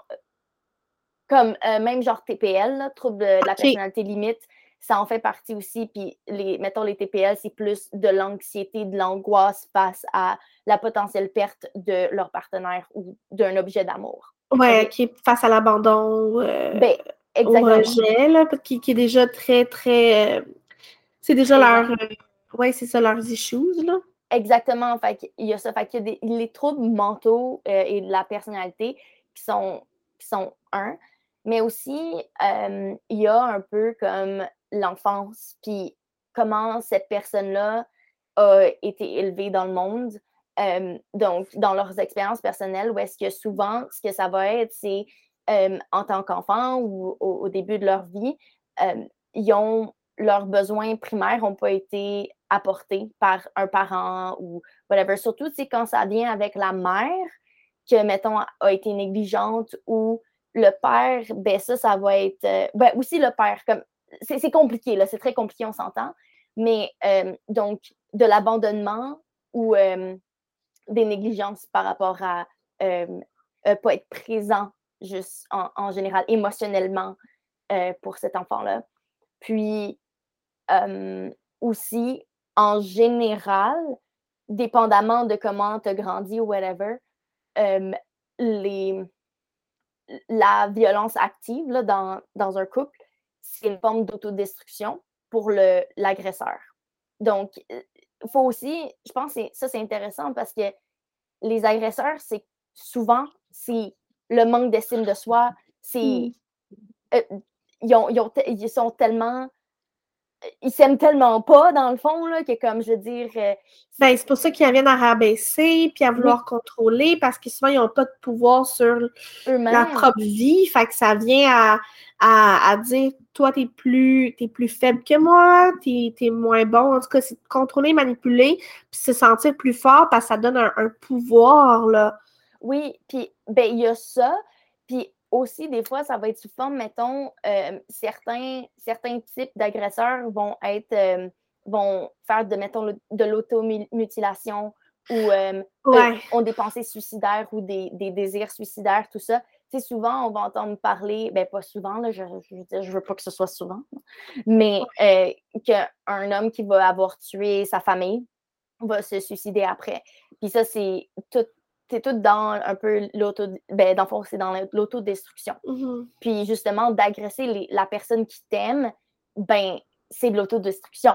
comme euh, même genre T P L, là, trouble de, de la OK. personnalité limite, ça en fait partie aussi. Puis, les, mettons, les T P L, c'est plus de l'anxiété, de l'angoisse face à la potentielle perte de leur partenaire ou d'un objet d'amour. Ouais, Okay? qui est face à l'abandon, euh, Ben, au exactement. rejet, là, qui, qui est déjà très, très... euh, c'est déjà Présent. leur... euh, ouais, c'est ça, leurs issues, là. Exactement. Fait qu'il y a ça. Fait qu'il y a des, les troubles mentaux euh, et de la personnalité qui sont, qui sont un. Mais aussi, euh, il y a un peu comme l'enfance, puis comment cette personne-là a été élevée dans le monde. Euh, donc, dans leurs expériences personnelles, où est-ce que souvent, ce que ça va être, c'est euh, en tant qu'enfant ou au, au début de leur vie, euh, ils ont leurs besoins primaires n'ont pas été apportés par un parent ou whatever. Surtout, tu sais, quand ça vient avec la mère, que, mettons, a été négligente ou le père, ben ça, ça va être... Euh, ben aussi le père, comme... C'est, c'est compliqué, là, c'est très compliqué, on s'entend. Mais euh, donc, de l'abandonnement ou euh, des négligences par rapport à euh, euh, pas être présent juste en, en général, émotionnellement euh, pour cet enfant-là. Puis, euh, aussi, en général, dépendamment de comment tu as grandi ou whatever, euh, les, la violence active là, dans, dans un couple, c'est une forme d'autodestruction pour le, l'agresseur. Donc, il faut aussi, je pense que ça, c'est intéressant parce que les agresseurs, c'est souvent, c'est le manque d'estime de soi, c'est... Mm. Euh, ils, ont, ils, ont, ils sont tellement... Ils s'aiment tellement pas, dans le fond, là, que comme, je veux dire... Euh, ben, c'est pour ça qu'ils en viennent à rabaisser, puis à vouloir oui. contrôler, parce que souvent, ils n'ont pas de pouvoir sur eux-mêmes. Leur propre vie, fait que ça vient à, à, à dire, toi, t'es plus, t'es plus faible que moi, t'es, t'es moins bon. En tout cas, c'est contrôler, manipuler, puis se sentir plus fort, parce que ça donne un, un pouvoir, là. Oui, puis, ben, il y a ça, puis aussi, des fois, ça va être sous forme, mettons, euh, certains, certains types d'agresseurs vont être, euh, vont faire de, mettons, de l'automutilation ou euh, ouais. euh, ont des pensées suicidaires ou des, des désirs suicidaires, tout ça. Tu sais, souvent, on va entendre parler, ben pas souvent, là, je, je veux dire, je veux pas que ce soit souvent, mais euh, qu'un homme qui va avoir tué sa famille va se suicider après. Puis ça, c'est tout c'est tout dans un peu l'auto... Ben, dans le fond, c'est dans l'autodestruction. Mm-hmm. Puis, justement, d'agresser les, la personne qui t'aime, ben, c'est de l'autodestruction.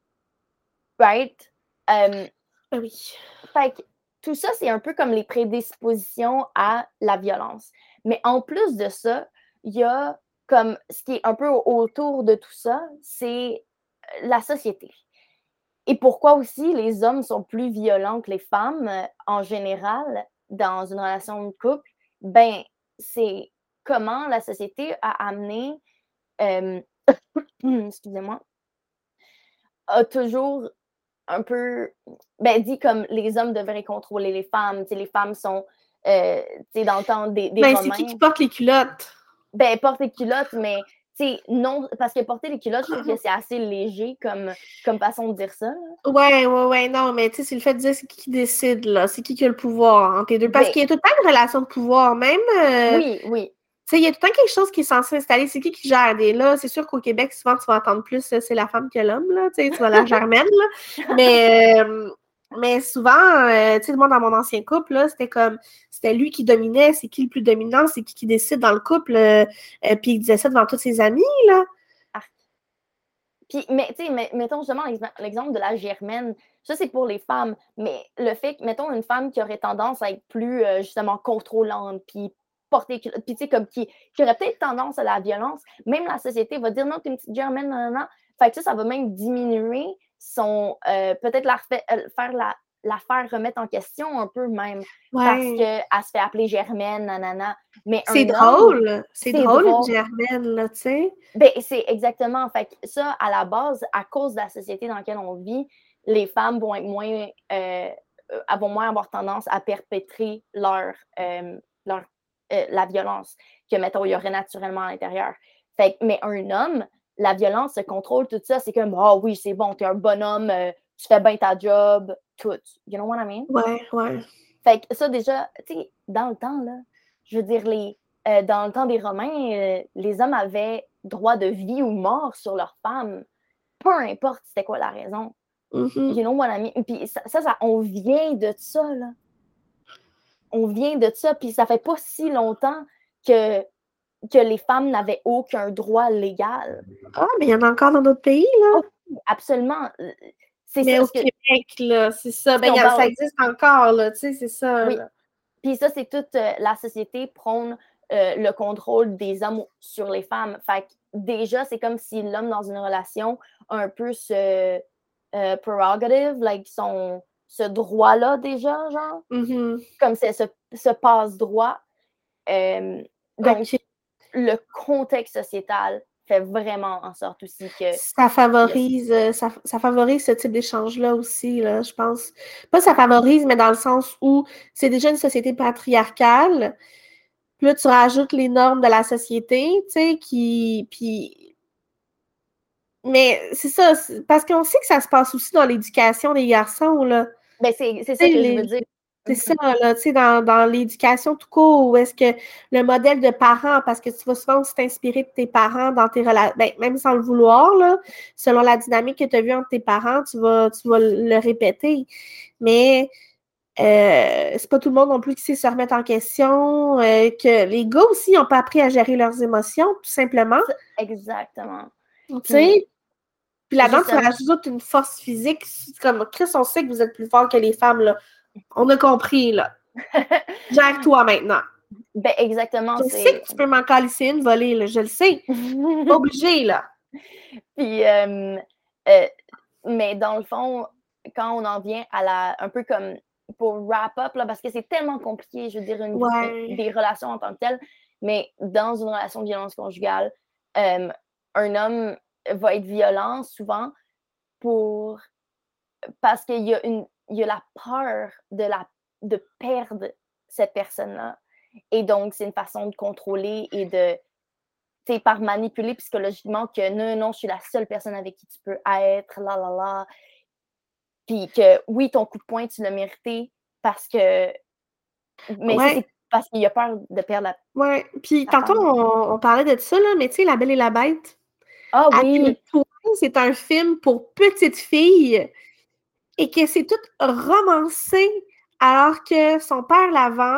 Right? Um, oui. Fait que tout ça, c'est un peu comme les prédispositions à la violence. Mais en plus de ça, il y a comme ce qui est un peu autour de tout ça, c'est la société. Et pourquoi aussi les hommes sont plus violents que les femmes euh, en général dans une relation de couple? Ben, c'est comment la société a amené, euh, excusez-moi, a toujours un peu, ben, dit comme les hommes devraient contrôler les femmes. T'sais, les femmes sont, euh, dans le temps des, des ben, Romains. C'est qui qui porte les culottes? Ben, porte les culottes, mais t'sais, non, parce que porter les culottes, je trouve que c'est assez léger comme, comme façon de dire ça. Là. Ouais, ouais, ouais, non, mais tu sais, c'est le fait de dire c'est qui qui décide, là, c'est qui qui a le pouvoir entre les deux. Parce ben, qu'il y a tout le temps une relation de pouvoir, même. Euh, oui, oui. Tu sais, il y a tout le temps quelque chose qui est censé s'installer. C'est qui qui gère? Et là, c'est sûr qu'au Québec, souvent, tu vas entendre plus, c'est la femme que l'homme, là, tu sais, tu vas la germaine, là. Mais, euh, mais souvent, euh, tu sais, moi, dans mon ancien couple, là, c'était comme, c'était lui qui dominait, c'est qui le plus dominant, c'est qui qui décide dans le couple, euh, euh, puis il disait ça devant tous ses amis, là. Ah. Puis, mais, tu sais, mettons justement l'exemple de la germaine, ça, c'est pour les femmes, mais le fait que, mettons, une femme qui aurait tendance à être plus, euh, justement, contrôlante, puis porter, puis tu sais, comme qui, qui aurait peut-être tendance à la violence, même la société va dire non, t'es une petite germaine, non, non, non. Fait que ça, ça va même diminuer son, euh, peut-être la faire la, la faire remettre en question un peu même, ouais. parce qu'elle se fait appeler germaine, nanana. Mais c'est drôle, c'est drôle, drôle une germaine, là, tu sais. Ben, c'est exactement. Fait que ça, à la base, à cause de la société dans laquelle on vit, les femmes vont être moins, euh, vont moins avoir tendance à perpétrer leur, euh, leur, euh, la violence que, mettons, il y aurait naturellement à l'intérieur. Fait que, mais un homme, la violence se contrôle, tout ça, c'est comme, ah oh, oui, c'est bon, t'es un bonhomme, euh, tu fais bien ta job, tout. You know what I mean? Ouais, ouais. Fait que ça, déjà, tu sais, dans le temps, là, je veux dire, les, euh, dans le temps des Romains, euh, les hommes avaient droit de vie ou mort sur leurs femmes, peu importe c'était quoi la raison. Mm-hmm. You know what I mean? Puis ça, ça, ça, on vient de ça, là. On vient de ça, puis ça fait pas si longtemps que, que les femmes n'avaient aucun droit légal. Ah, mais il y en a encore dans d'autres pays, là. Oh, absolument. C'est mais ça, au que... Québec, là, c'est ça. Ben, a, ça existe encore, là, tu sais, c'est ça. Oui. Puis ça, c'est toute euh, la société prône euh, le contrôle des hommes sur les femmes. Fait que déjà, c'est comme si l'homme dans une relation a un peu ce euh, prerogative, like son, ce droit-là déjà, genre. Mm-hmm. Comme c'est ce, ce passe-droit. Euh, donc, okay. Le contexte sociétal fait vraiment en sorte aussi que... Ça favorise, a... ça, ça favorise ce type d'échange-là aussi, là, je pense. Pas ça favorise, mais dans le sens où c'est déjà une société patriarcale. Puis là, tu rajoutes les normes de la société, tu sais, qui... Puis... Mais c'est ça, c'est... parce qu'on sait que ça se passe aussi dans l'éducation des garçons, là. Ben c'est, c'est ça que les... je veux dire. C'est ça, là, tu sais, dans, dans l'éducation tout court, où est-ce que le modèle de parents, parce que tu vas souvent aussi t'inspirer de tes parents dans tes relations, ben, même sans le vouloir, là, selon la dynamique que tu as vue entre tes parents, tu vas, tu vas le répéter. Mais euh, c'est pas tout le monde non plus qui sait se remettre en question, euh, que les gars aussi n'ont pas appris à gérer leurs émotions, tout simplement. Exactement. Tu sais, puis là-dedans, tu rajoutes une force physique, comme Chris, on sait que vous êtes plus fort que les femmes, là. On a compris, là. Gère-toi maintenant. Ben, exactement, Je sais c'est... que tu peux m'en calisser une volée, là, je le sais. Pas obligé, là. Puis, euh, euh, mais dans le fond, quand on en vient à la... Un peu comme pour wrap up, là, parce que c'est tellement compliqué, je veux dire, une, Ouais. une, des relations en tant que telles, mais dans une relation de violence conjugale, euh, un homme va être violent souvent pour... parce qu'il y a, une, il y a la peur de, la, de perdre cette personne-là. Et donc, c'est une façon de contrôler et de, tu sais, par manipuler psychologiquement que non, non, je suis la seule personne avec qui tu peux être, là, là, là. Puis que oui, ton coup de poing, tu l'as mérité parce que. Mais ouais. ça, c'est parce qu'il a peur de perdre la. Ouais. Puis la tantôt, femme. on, on parlait de ça, là, mais tu sais, La Belle et la Bête. Ah À quel oui! point c'est un film pour petites filles et que c'est tout romancé alors que son père la vend.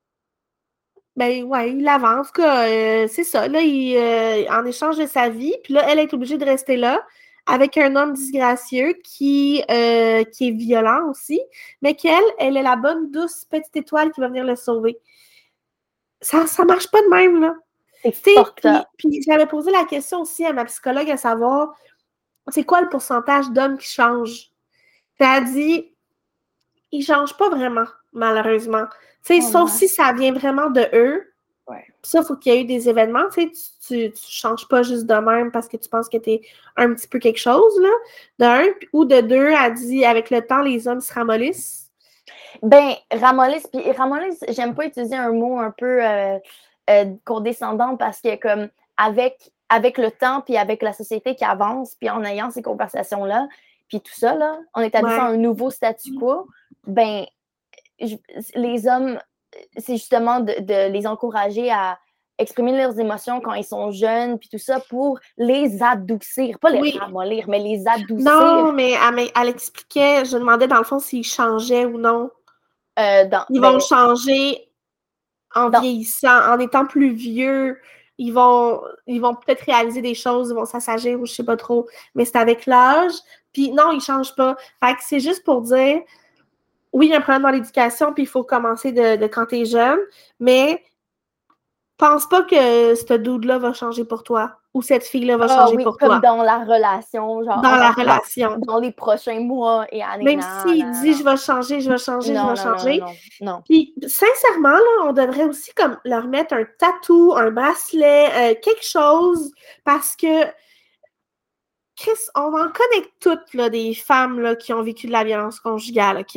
Ben ouais, il avance, en tout cas, euh, c'est ça. Là, il, euh, en échange de sa vie, puis là, elle est obligée de rester là avec un homme disgracieux qui, euh, qui est violent aussi, mais qu'elle, elle est la bonne, douce petite étoile qui va venir le sauver. Ça, ça marche pas de même, là. C'est Tu sais, fucked puis, up. puis j'avais posé la question aussi à ma psychologue à savoir, c'est quoi le pourcentage d'hommes qui changent? Puis elle a dit, ils changent pas vraiment, malheureusement. Tu sais, Oh sauf non. si ça vient vraiment de eux. Ouais. Ça, il faut qu'il y ait eu des événements, tu sais, tu, tu, tu changes pas juste de même parce que tu penses que t'es un petit peu quelque chose, là, d'un, ou de deux, elle dit, avec le temps, les hommes se ramollissent. Ben, ramollisse, puis ramollisse, j'aime pas utiliser un mot un peu euh, euh, condescendant parce que comme avec, avec le temps, puis avec la société qui avance, puis en ayant ces conversations-là, puis tout ça, là, en établissant Ouais. un nouveau statu quo, ben, je, les hommes, c'est justement de, de les encourager à exprimer leurs émotions quand ils sont jeunes, puis tout ça, pour les adoucir, pas les Oui. ramollir, mais les adoucir. Non, mais elle, elle expliquait, je demandais dans le fond s'ils changeaient ou non. Euh, dans, Ils ben, vont changer en dans, vieillissant, en étant plus vieux. Ils vont, ils vont peut-être réaliser des choses, ils vont s'assagir ou je sais pas trop, mais c'est avec l'âge. Puis non, ils changent pas. Fait que c'est juste pour dire, oui, il y a un problème dans l'éducation, puis il faut commencer de, de quand t'es jeune, mais pense pas que ce dude-là va changer pour toi ou cette fille-là va Ah changer oui, pour comme toi dans la relation, genre dans en la tant que dans, relation. dans les prochains mois et années. Même Non, s'il non, dit je non. vais changer, je vais changer, je Non, vais non, non, non, changer. non, non. Puis, sincèrement, là, on devrait aussi comme leur mettre un tatou, un bracelet, euh, quelque chose, parce que Chris, on en connaît toutes là, des femmes là, qui ont vécu de la violence conjugale, OK?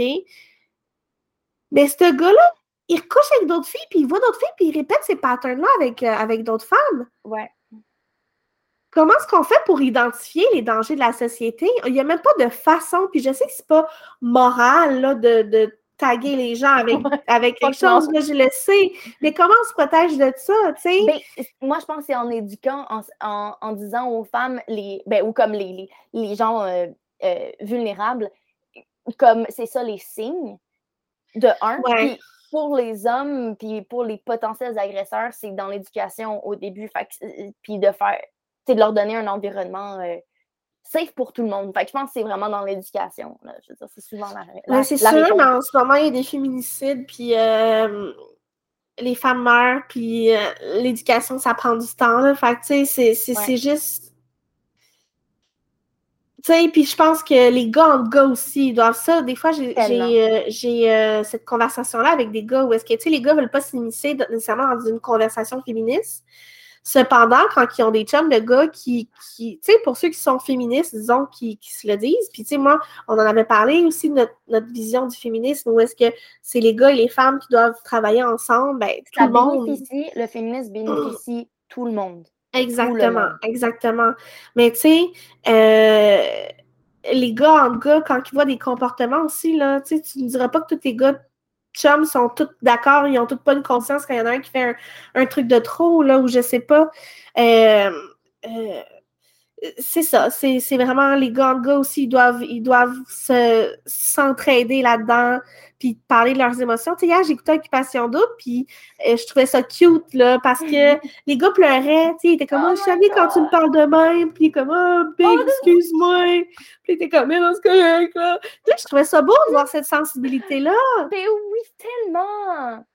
Mais ce gars-là, il recouche avec d'autres filles, puis il voit d'autres filles, puis il répète ces patterns-là avec, euh, avec d'autres femmes. Ouais. Comment est-ce qu'on fait pour identifier les dangers de la société? Il n'y a même pas de façon, puis je sais que c'est pas moral là, de, de taguer les gens avec, Ouais, avec quelque franchement. chose, là, je le sais, mais comment on se protège de ça, tu sais? Ben, moi, je pense que c'est en éduquant, en, en, en disant aux femmes, les, ben, ou comme les, les, les gens euh, euh, vulnérables, comme c'est ça les signes, de un. Ouais. Puis pour les hommes, puis pour les potentiels agresseurs, c'est dans l'éducation au début, fait que, puis de faire, de leur donner un environnement euh, safe pour tout le monde. Fait que je pense que c'est vraiment dans l'éducation. Là. Je veux dire, c'est souvent la, la, Ouais, c'est la sûr, réponse. mais en ce moment, il y a des féminicides, puis euh, les femmes meurent, puis euh, l'éducation, ça prend du temps, là. Fait que, tu sais, c'est, c'est, Ouais. c'est juste... Tu sais, puis je pense que les gars entre gars aussi, ils doivent ça. Des fois, j'ai, j'ai, euh, j'ai euh, cette conversation-là avec des gars où est-ce que, tu sais, les gars veulent pas s'immiscer nécessairement dans une conversation féministe. Cependant, quand ils ont des chums de gars qui, qui tu sais, pour ceux qui sont féministes, disons, qui, qui se le disent, puis tu sais, moi, on en avait parlé aussi de notre, notre vision du féminisme, où est-ce que c'est les gars et les femmes qui doivent travailler ensemble, ben, tout Ça le monde... bénéficie, le féminisme bénéficie tout le monde. Exactement, Tout le monde. exactement. Mais tu sais, euh, les gars entre gars, quand ils voient des comportements aussi, là, tu sais, tu ne diras pas que tous tes gars chums sont tous d'accord, ils ont tous pas une conscience quand il y en a un qui fait un, un truc de trop, là, ou je sais pas. Euh, euh, c'est ça, c'est, c'est vraiment les gars en gars aussi, ils doivent, ils doivent se, s'entraider là-dedans, puis parler de leurs émotions. Tu sais, hier, j'écoutais Occupation Double, puis euh, je trouvais ça cute, là, parce que les gars pleuraient, tu sais, ils étaient comme, oh, Oh je suis quand tu me parles de même, puis comme, oh, big, oh, excuse-moi, puis ils étaient comme, mais non, c'est correct, là. Tu sais, je trouvais ça beau de voir cette sensibilité-là. mais oui, tellement!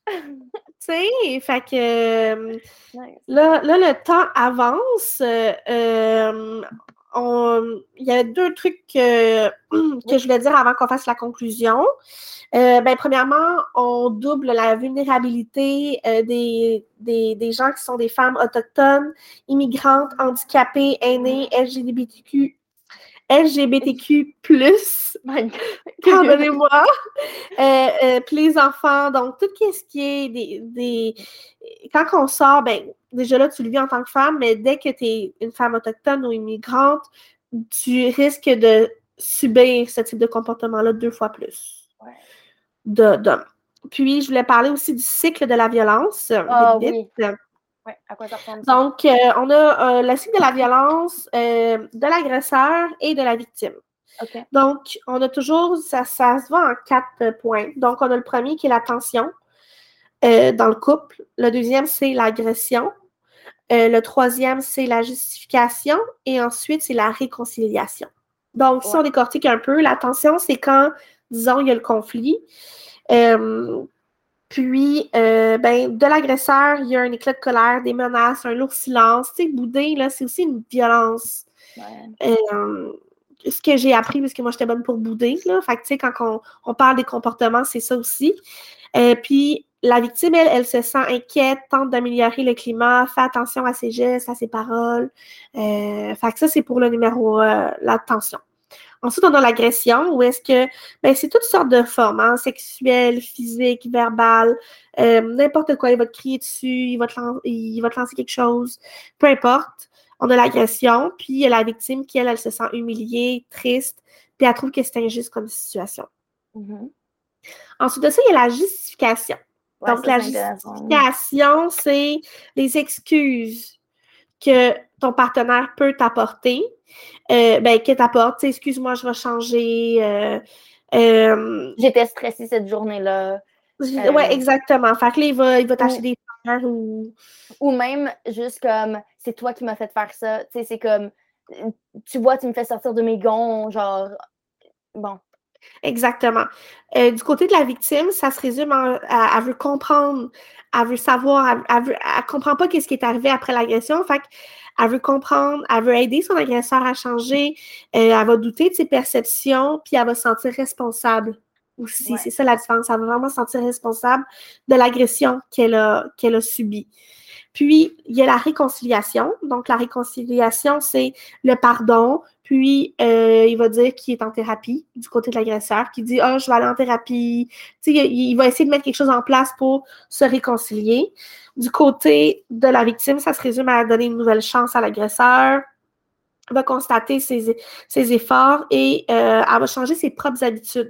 Tu sais, fait que euh, Nice. là, là, le temps avance. Euh, euh, on- il y a deux trucs que, que Oui. je voulais dire avant qu'on fasse la conclusion. Euh, ben, premièrement, on double la vulnérabilité euh, des, des, des gens qui sont des femmes autochtones, immigrantes, handicapées, aînées, L G B T Q, L G B T Q plus, My God. pardonnez-moi, euh, euh, puis les enfants, donc tout ce qui est des, des... Quand on sort, ben, déjà là, tu le vis en tant que femme, mais dès que tu es une femme autochtone ou immigrante, tu risques de subir ce type de comportement-là deux fois plus. Ouais. d'hommes. Puis, je voulais parler aussi du cycle de la violence, Ah vite, oui. vite. Ouais, à quoi ça ressemble ça? Donc, euh, on a euh, le cycle de la violence euh, de l'agresseur et de la victime. OK. Donc, on a toujours, ça, ça se voit en quatre points. Donc, on a le premier qui est la tension euh, dans le couple. Le deuxième, c'est l'agression. Euh, le troisième, c'est la justification. Et ensuite, c'est la réconciliation. Donc, si Ouais. on décortique un peu, la tension, c'est quand, disons, il y a le conflit. Euh, Puis, euh, ben, de l'agresseur, il y a un éclat de colère, des menaces, un lourd silence. Tu sais, bouder, là, c'est aussi une violence. Ouais. Euh, ce que j'ai appris, parce que moi, j'étais bonne pour bouder, là. Fait que, tu sais, quand on, on parle des comportements, c'est ça aussi. Euh, puis, la victime, elle, elle se sent inquiète, tente d'améliorer le climat, fait attention à ses gestes, à ses paroles. Euh, fait que ça, c'est pour le numéro, euh, la tension. Ensuite, on a l'agression, où est-ce que ben, c'est toutes sortes de formes, hein, sexuelles, physiques, verbales, euh, n'importe quoi. Il va te crier dessus, il va, te lan- il va te lancer quelque chose, peu importe. On a l'agression, puis il y a la victime qui, elle, elle se sent humiliée, triste, puis elle trouve que c'est injuste comme situation. Mhm. Ensuite de ça, il y a la justification. Ouais, Donc, ça, la c'est intéressant. justification, c'est les excuses que ton partenaire peut t'apporter, euh, ben, que t'apporte, tu sais, excuse-moi, je vais changer. Euh, euh, J'étais stressée cette journée-là. ouais, Euh, exactement. Fait que là, il va, il va t'acheter ou, des fleurs ou. ou même juste comme c'est toi qui m'as fait faire ça. Tu sais, c'est comme tu vois, tu me fais sortir de mes gonds, genre bon. Exactement. Euh, du côté de la victime, ça se résume en, à, elle veut comprendre, elle veut savoir, elle, elle, veut, elle comprend pas qu'est-ce qui est arrivé après l'agression. Fait qu'elle veut comprendre, elle veut aider son agresseur à changer, euh, elle va douter de ses perceptions, puis elle va se sentir responsable aussi. Ouais. C'est ça la différence. Elle va vraiment se sentir responsable de l'agression qu'elle a, qu'elle a subie. Puis, il y a la réconciliation. Donc, la réconciliation, c'est le pardon. Puis, euh, il va dire qu'il est en thérapie du côté de l'agresseur, qui dit « Ah, oh, je vais aller en thérapie. » Tu sais, il, il va essayer de mettre quelque chose en place pour se réconcilier. Du côté de la victime, ça se résume à donner une nouvelle chance à l'agresseur, va constater ses, ses efforts et euh, elle va changer ses propres habitudes.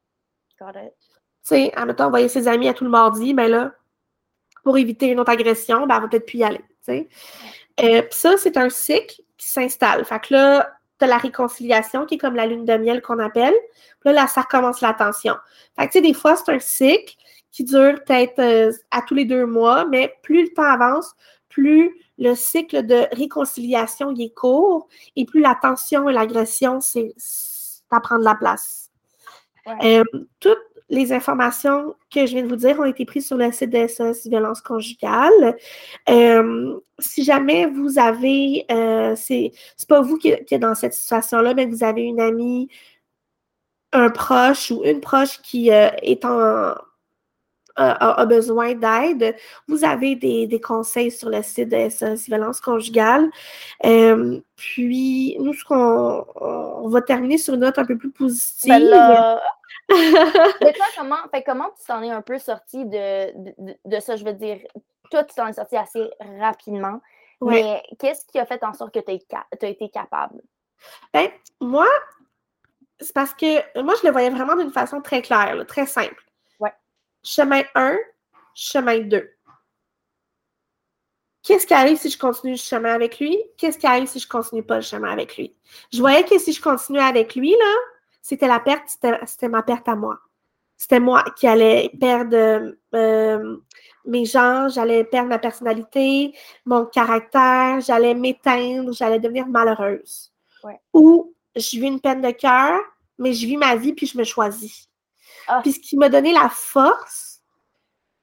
Got it. Tu sais, admettons, envoyer ses amis à tout le mardi, mais là, pour éviter une autre agression, ben, elle va peut-être plus y aller. Tu sais. Euh, Puis ça, c'est un cycle qui s'installe. Fait que là, tu as la réconciliation qui est comme la lune de miel qu'on appelle. Puis là, là, ça recommence la tension. Fait que tu sais, des fois, c'est un cycle qui dure peut-être euh, à tous les deux mois, mais plus le temps avance, plus le cycle de réconciliation il est court et plus la tension et l'agression, c'est, ça prend de la place. Ouais. Euh, toutes les informations que je viens de vous dire ont été prises sur le site de S O S Violence Conjugale. Euh, si jamais vous avez, euh, c'est, c'est pas vous qui, qui êtes dans cette situation-là, mais vous avez une amie, un proche ou une proche qui euh, est en, a, a besoin d'aide, vous avez des, des conseils sur le site de S O S Violence Conjugale. Euh, puis, nous, ce qu'on on va terminer sur une note un peu plus positive. Ben là, mais toi, comment, fait, comment tu t'en es un peu sorti de, de, de ça? Je veux dire, toi, tu t'en es sorti assez rapidement, Ouais. mais qu'est-ce qui a fait en sorte que tu as été capable? Ben, moi, c'est parce que moi, je le voyais vraiment d'une façon très claire, là, très simple. Ouais. Chemin un, chemin deux. Qu'est-ce qui arrive si je continue le chemin avec lui? Qu'est-ce qui arrive si je continue pas le chemin avec lui? Je voyais que si je continuais avec lui, là, c'était la perte, c'était, c'était ma perte à moi. C'était moi qui allais perdre euh, mes gens, j'allais perdre ma personnalité, mon caractère, j'allais m'éteindre, j'allais devenir malheureuse. Ouais. Ou je vis une peine de cœur, mais je vis ma vie puis je me choisis. Ah. Puis ce qui m'a donné la force,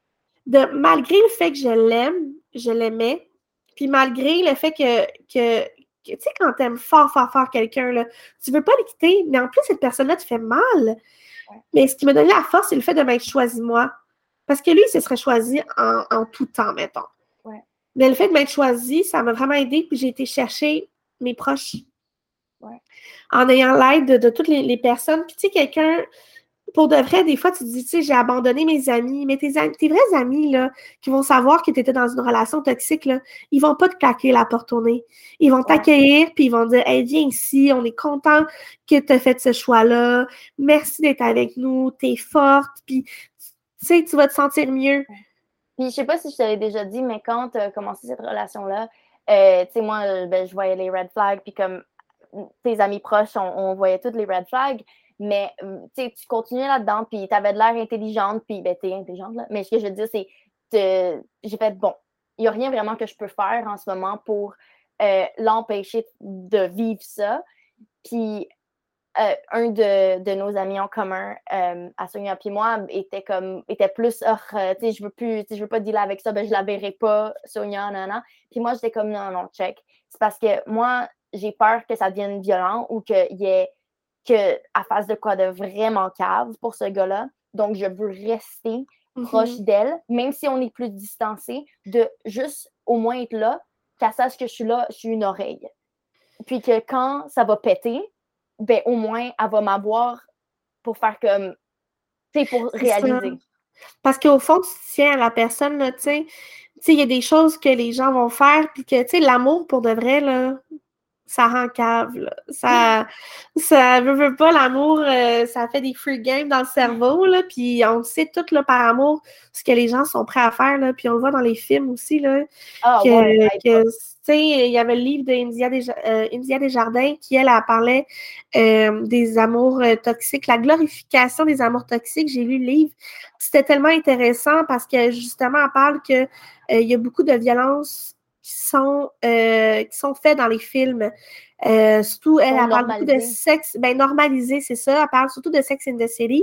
de malgré le fait que je l'aime, je l'aimais, puis malgré le fait que, que, que tu sais, quand t'aimes fort, fort, fort quelqu'un, là, tu veux pas le quitter, mais en plus, cette personne-là te fait mal. Ouais. Mais ce qui m'a donné la force, c'est le fait de m'être choisi moi. Parce que lui, il se serait choisi en, en tout temps, mettons. Ouais. Mais le fait de m'être choisi, ça m'a vraiment aidé, puis j'ai été chercher mes proches. Ouais. En ayant l'aide de, de toutes les, les personnes. Puis tu sais, quelqu'un, pour de vrai, des fois, tu te dis, tu sais, j'ai abandonné mes amis, mais tes, tes vrais amis, là, qui vont savoir que tu étais dans une relation toxique, là, ils vont pas te claquer la porte au nez. Ils vont t'accueillir, puis ils vont dire, hey, viens ici, on est content que tu aies fait ce choix-là. Merci d'être avec nous, t'es forte, puis tu sais, tu vas te sentir mieux. Puis je sais pas si je t'avais déjà dit, mais quand tu as commencé cette relation-là, euh, tu sais, moi, ben, je voyais les red flags, puis comme tes amis proches, on, on voyait toutes les red flags, mais tu sais, tu continuais là-dedans, puis tu avais de l'air intelligente, puis ben, t'es intelligente, là. Mais ce que je veux dire, c'est que j'ai fait, bon, il n'y a rien vraiment que je peux faire en ce moment pour euh, l'empêcher de vivre ça. Puis euh, un de, de nos amis en commun, euh, à Sonia puis moi, était comme était plus oh, euh, tu sais, je veux plus, tu sais, je veux pas dealer avec ça, ben je la verrai pas, Sonia, non, non. Puis moi, j'étais comme non, non, check. C'est parce que moi, j'ai peur que ça devienne violent ou qu'il y ait qu'elle fasse de quoi de vraiment cave pour ce gars-là. Donc, je veux rester mm-hmm. proche d'elle, même si on est plus distancés, de juste au moins être là, qu'elle sache que je suis là, je suis une oreille. Puis que quand ça va péter, ben au moins, elle va m'avoir pour faire comme, tu sais, pour C'est réaliser. Ça. Parce qu'au fond, tu tiens à la personne, tu sais. Tu sais, il y a des choses que les gens vont faire, puis que, tu sais, l'amour, pour de vrai, là, ça rend cave, là. Ça, ça veut, veut pas, l'amour, euh, ça fait des free games dans le cerveau, là, puis on sait tout, là, par amour, ce que les gens sont prêts à faire, là, puis on le voit dans les films aussi, là, ah, que, ouais, que tu sais, il y avait le livre d'India Des, euh, India Desjardins qui, elle, elle parlait euh, des amours euh, toxiques, la glorification des amours toxiques. J'ai lu le livre. C'était tellement intéressant parce que, justement, elle parle qu'il euh, y a beaucoup de violences qui sont, euh, qui sont faites dans les films. Euh, surtout, elle, elle parle beaucoup de sexe, ben normalisé, c'est ça. Elle parle surtout de Sex in the City.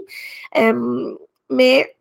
Euh, mais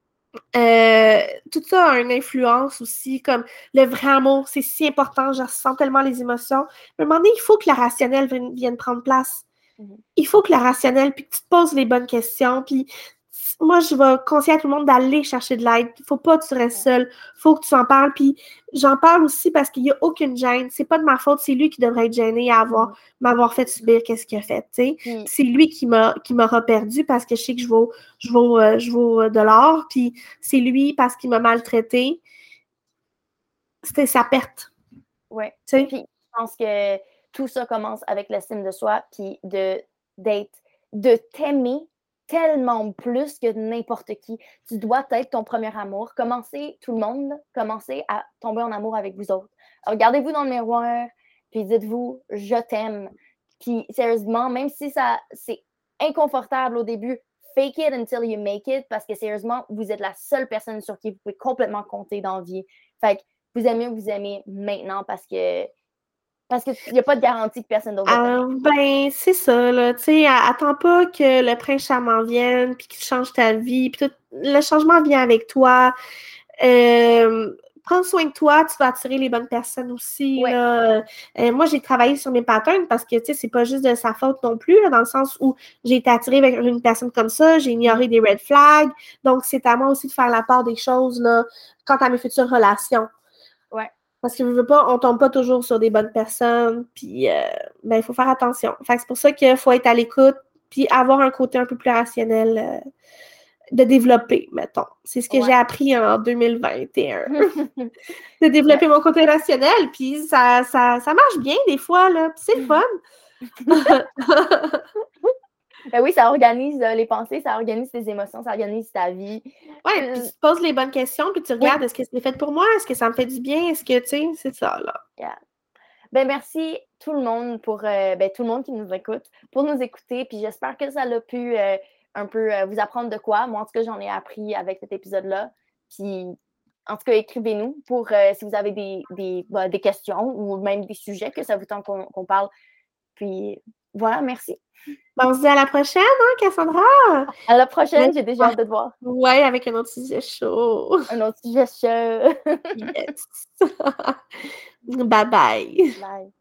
euh, tout ça a une influence aussi, comme le vrai amour, c'est si important, je ressens tellement les émotions. Mais à un moment donné, il faut que la rationnelle vienne, vienne prendre place. Mm-hmm. Il faut que la rationnelle, puis que tu te poses les bonnes questions, puis moi, je vais conseiller à tout le monde d'aller chercher de l'aide. Il ne faut pas que tu restes seul. Il faut que tu en parles. Puis j'en parle aussi parce qu'il n'y a aucune gêne. C'est pas de ma faute. C'est lui qui devrait être gêné à avoir, mm. m'avoir fait subir qu'est-ce qu'il a fait. Mm. C'est lui qui m'a qui m'aura perdu parce que je sais que je vaux, je vaux, euh, je vaux de l'or. Puis c'est lui parce qu'il m'a maltraité. C'était sa perte. Oui. Puis je pense que tout ça commence avec l'estime de soi, puis de, d'être, de t'aimer tellement plus que n'importe qui. Tu dois être ton premier amour. Commencez, tout le monde, commencez à tomber en amour avec vous autres. Regardez-vous dans le miroir, puis dites-vous « je t'aime ». Puis sérieusement, même si ça c'est inconfortable au début, fake it until you make it, parce que sérieusement, vous êtes la seule personne sur qui vous pouvez complètement compter dans la vie. Fait que vous aimez ou vous aimez maintenant parce que Parce qu'il n'y a pas de garantie que personne d'autre va euh, Ben, c'est ça, là. Tu sais, attends pas que le prince charmant vienne, puis qu'il change ta vie, puis tout. Le changement vient avec toi. Euh, prends soin de toi, tu vas attirer les bonnes personnes aussi, ouais. là. Euh, moi, j'ai travaillé sur mes patterns parce que, tu sais, c'est pas juste de sa faute non plus, là, dans le sens où j'ai été attirée avec une personne comme ça, j'ai ignoré des red flags. Donc, c'est à moi aussi de faire la part des choses, là, quant à mes futures relations. Ouais. Parce que je veux pas, on tombe pas toujours sur des bonnes personnes, puis euh, ben il faut faire attention. Fait que c'est pour ça qu'il faut être à l'écoute, puis avoir un côté un peu plus rationnel euh, de développer, mettons. C'est ce que ouais. j'ai appris en deux mille vingt et un. de développer ouais. mon côté rationnel, puis ça, ça, ça marche bien des fois, là, puis c'est le fun. Ben oui, ça organise euh, les pensées, ça organise tes émotions, ça organise ta vie. Oui, euh... puis tu te poses les bonnes questions, puis tu regardes, oui. est-ce que c'est fait pour moi? Est-ce que ça me fait du bien? Est-ce que, tu sais, c'est ça, là. Yeah. Ben merci tout le monde pour, euh, ben tout le monde qui nous écoute, pour nous écouter, puis j'espère que ça a pu euh, un peu euh, vous apprendre de quoi. Moi, en tout cas, j'en ai appris avec cet épisode-là, puis en tout cas, écrivez-nous pour euh, si vous avez des, des, bah, des questions ou même des sujets que ça vous tente qu'on, qu'on parle, puis Voilà, merci. Ben, on se dit à la prochaine, hein, Cassandra? À la prochaine, j'ai déjà hâte de te voir. Ouais, avec un autre sujet chaud. Un autre sujet chaud. Yes. Bye bye. Bye.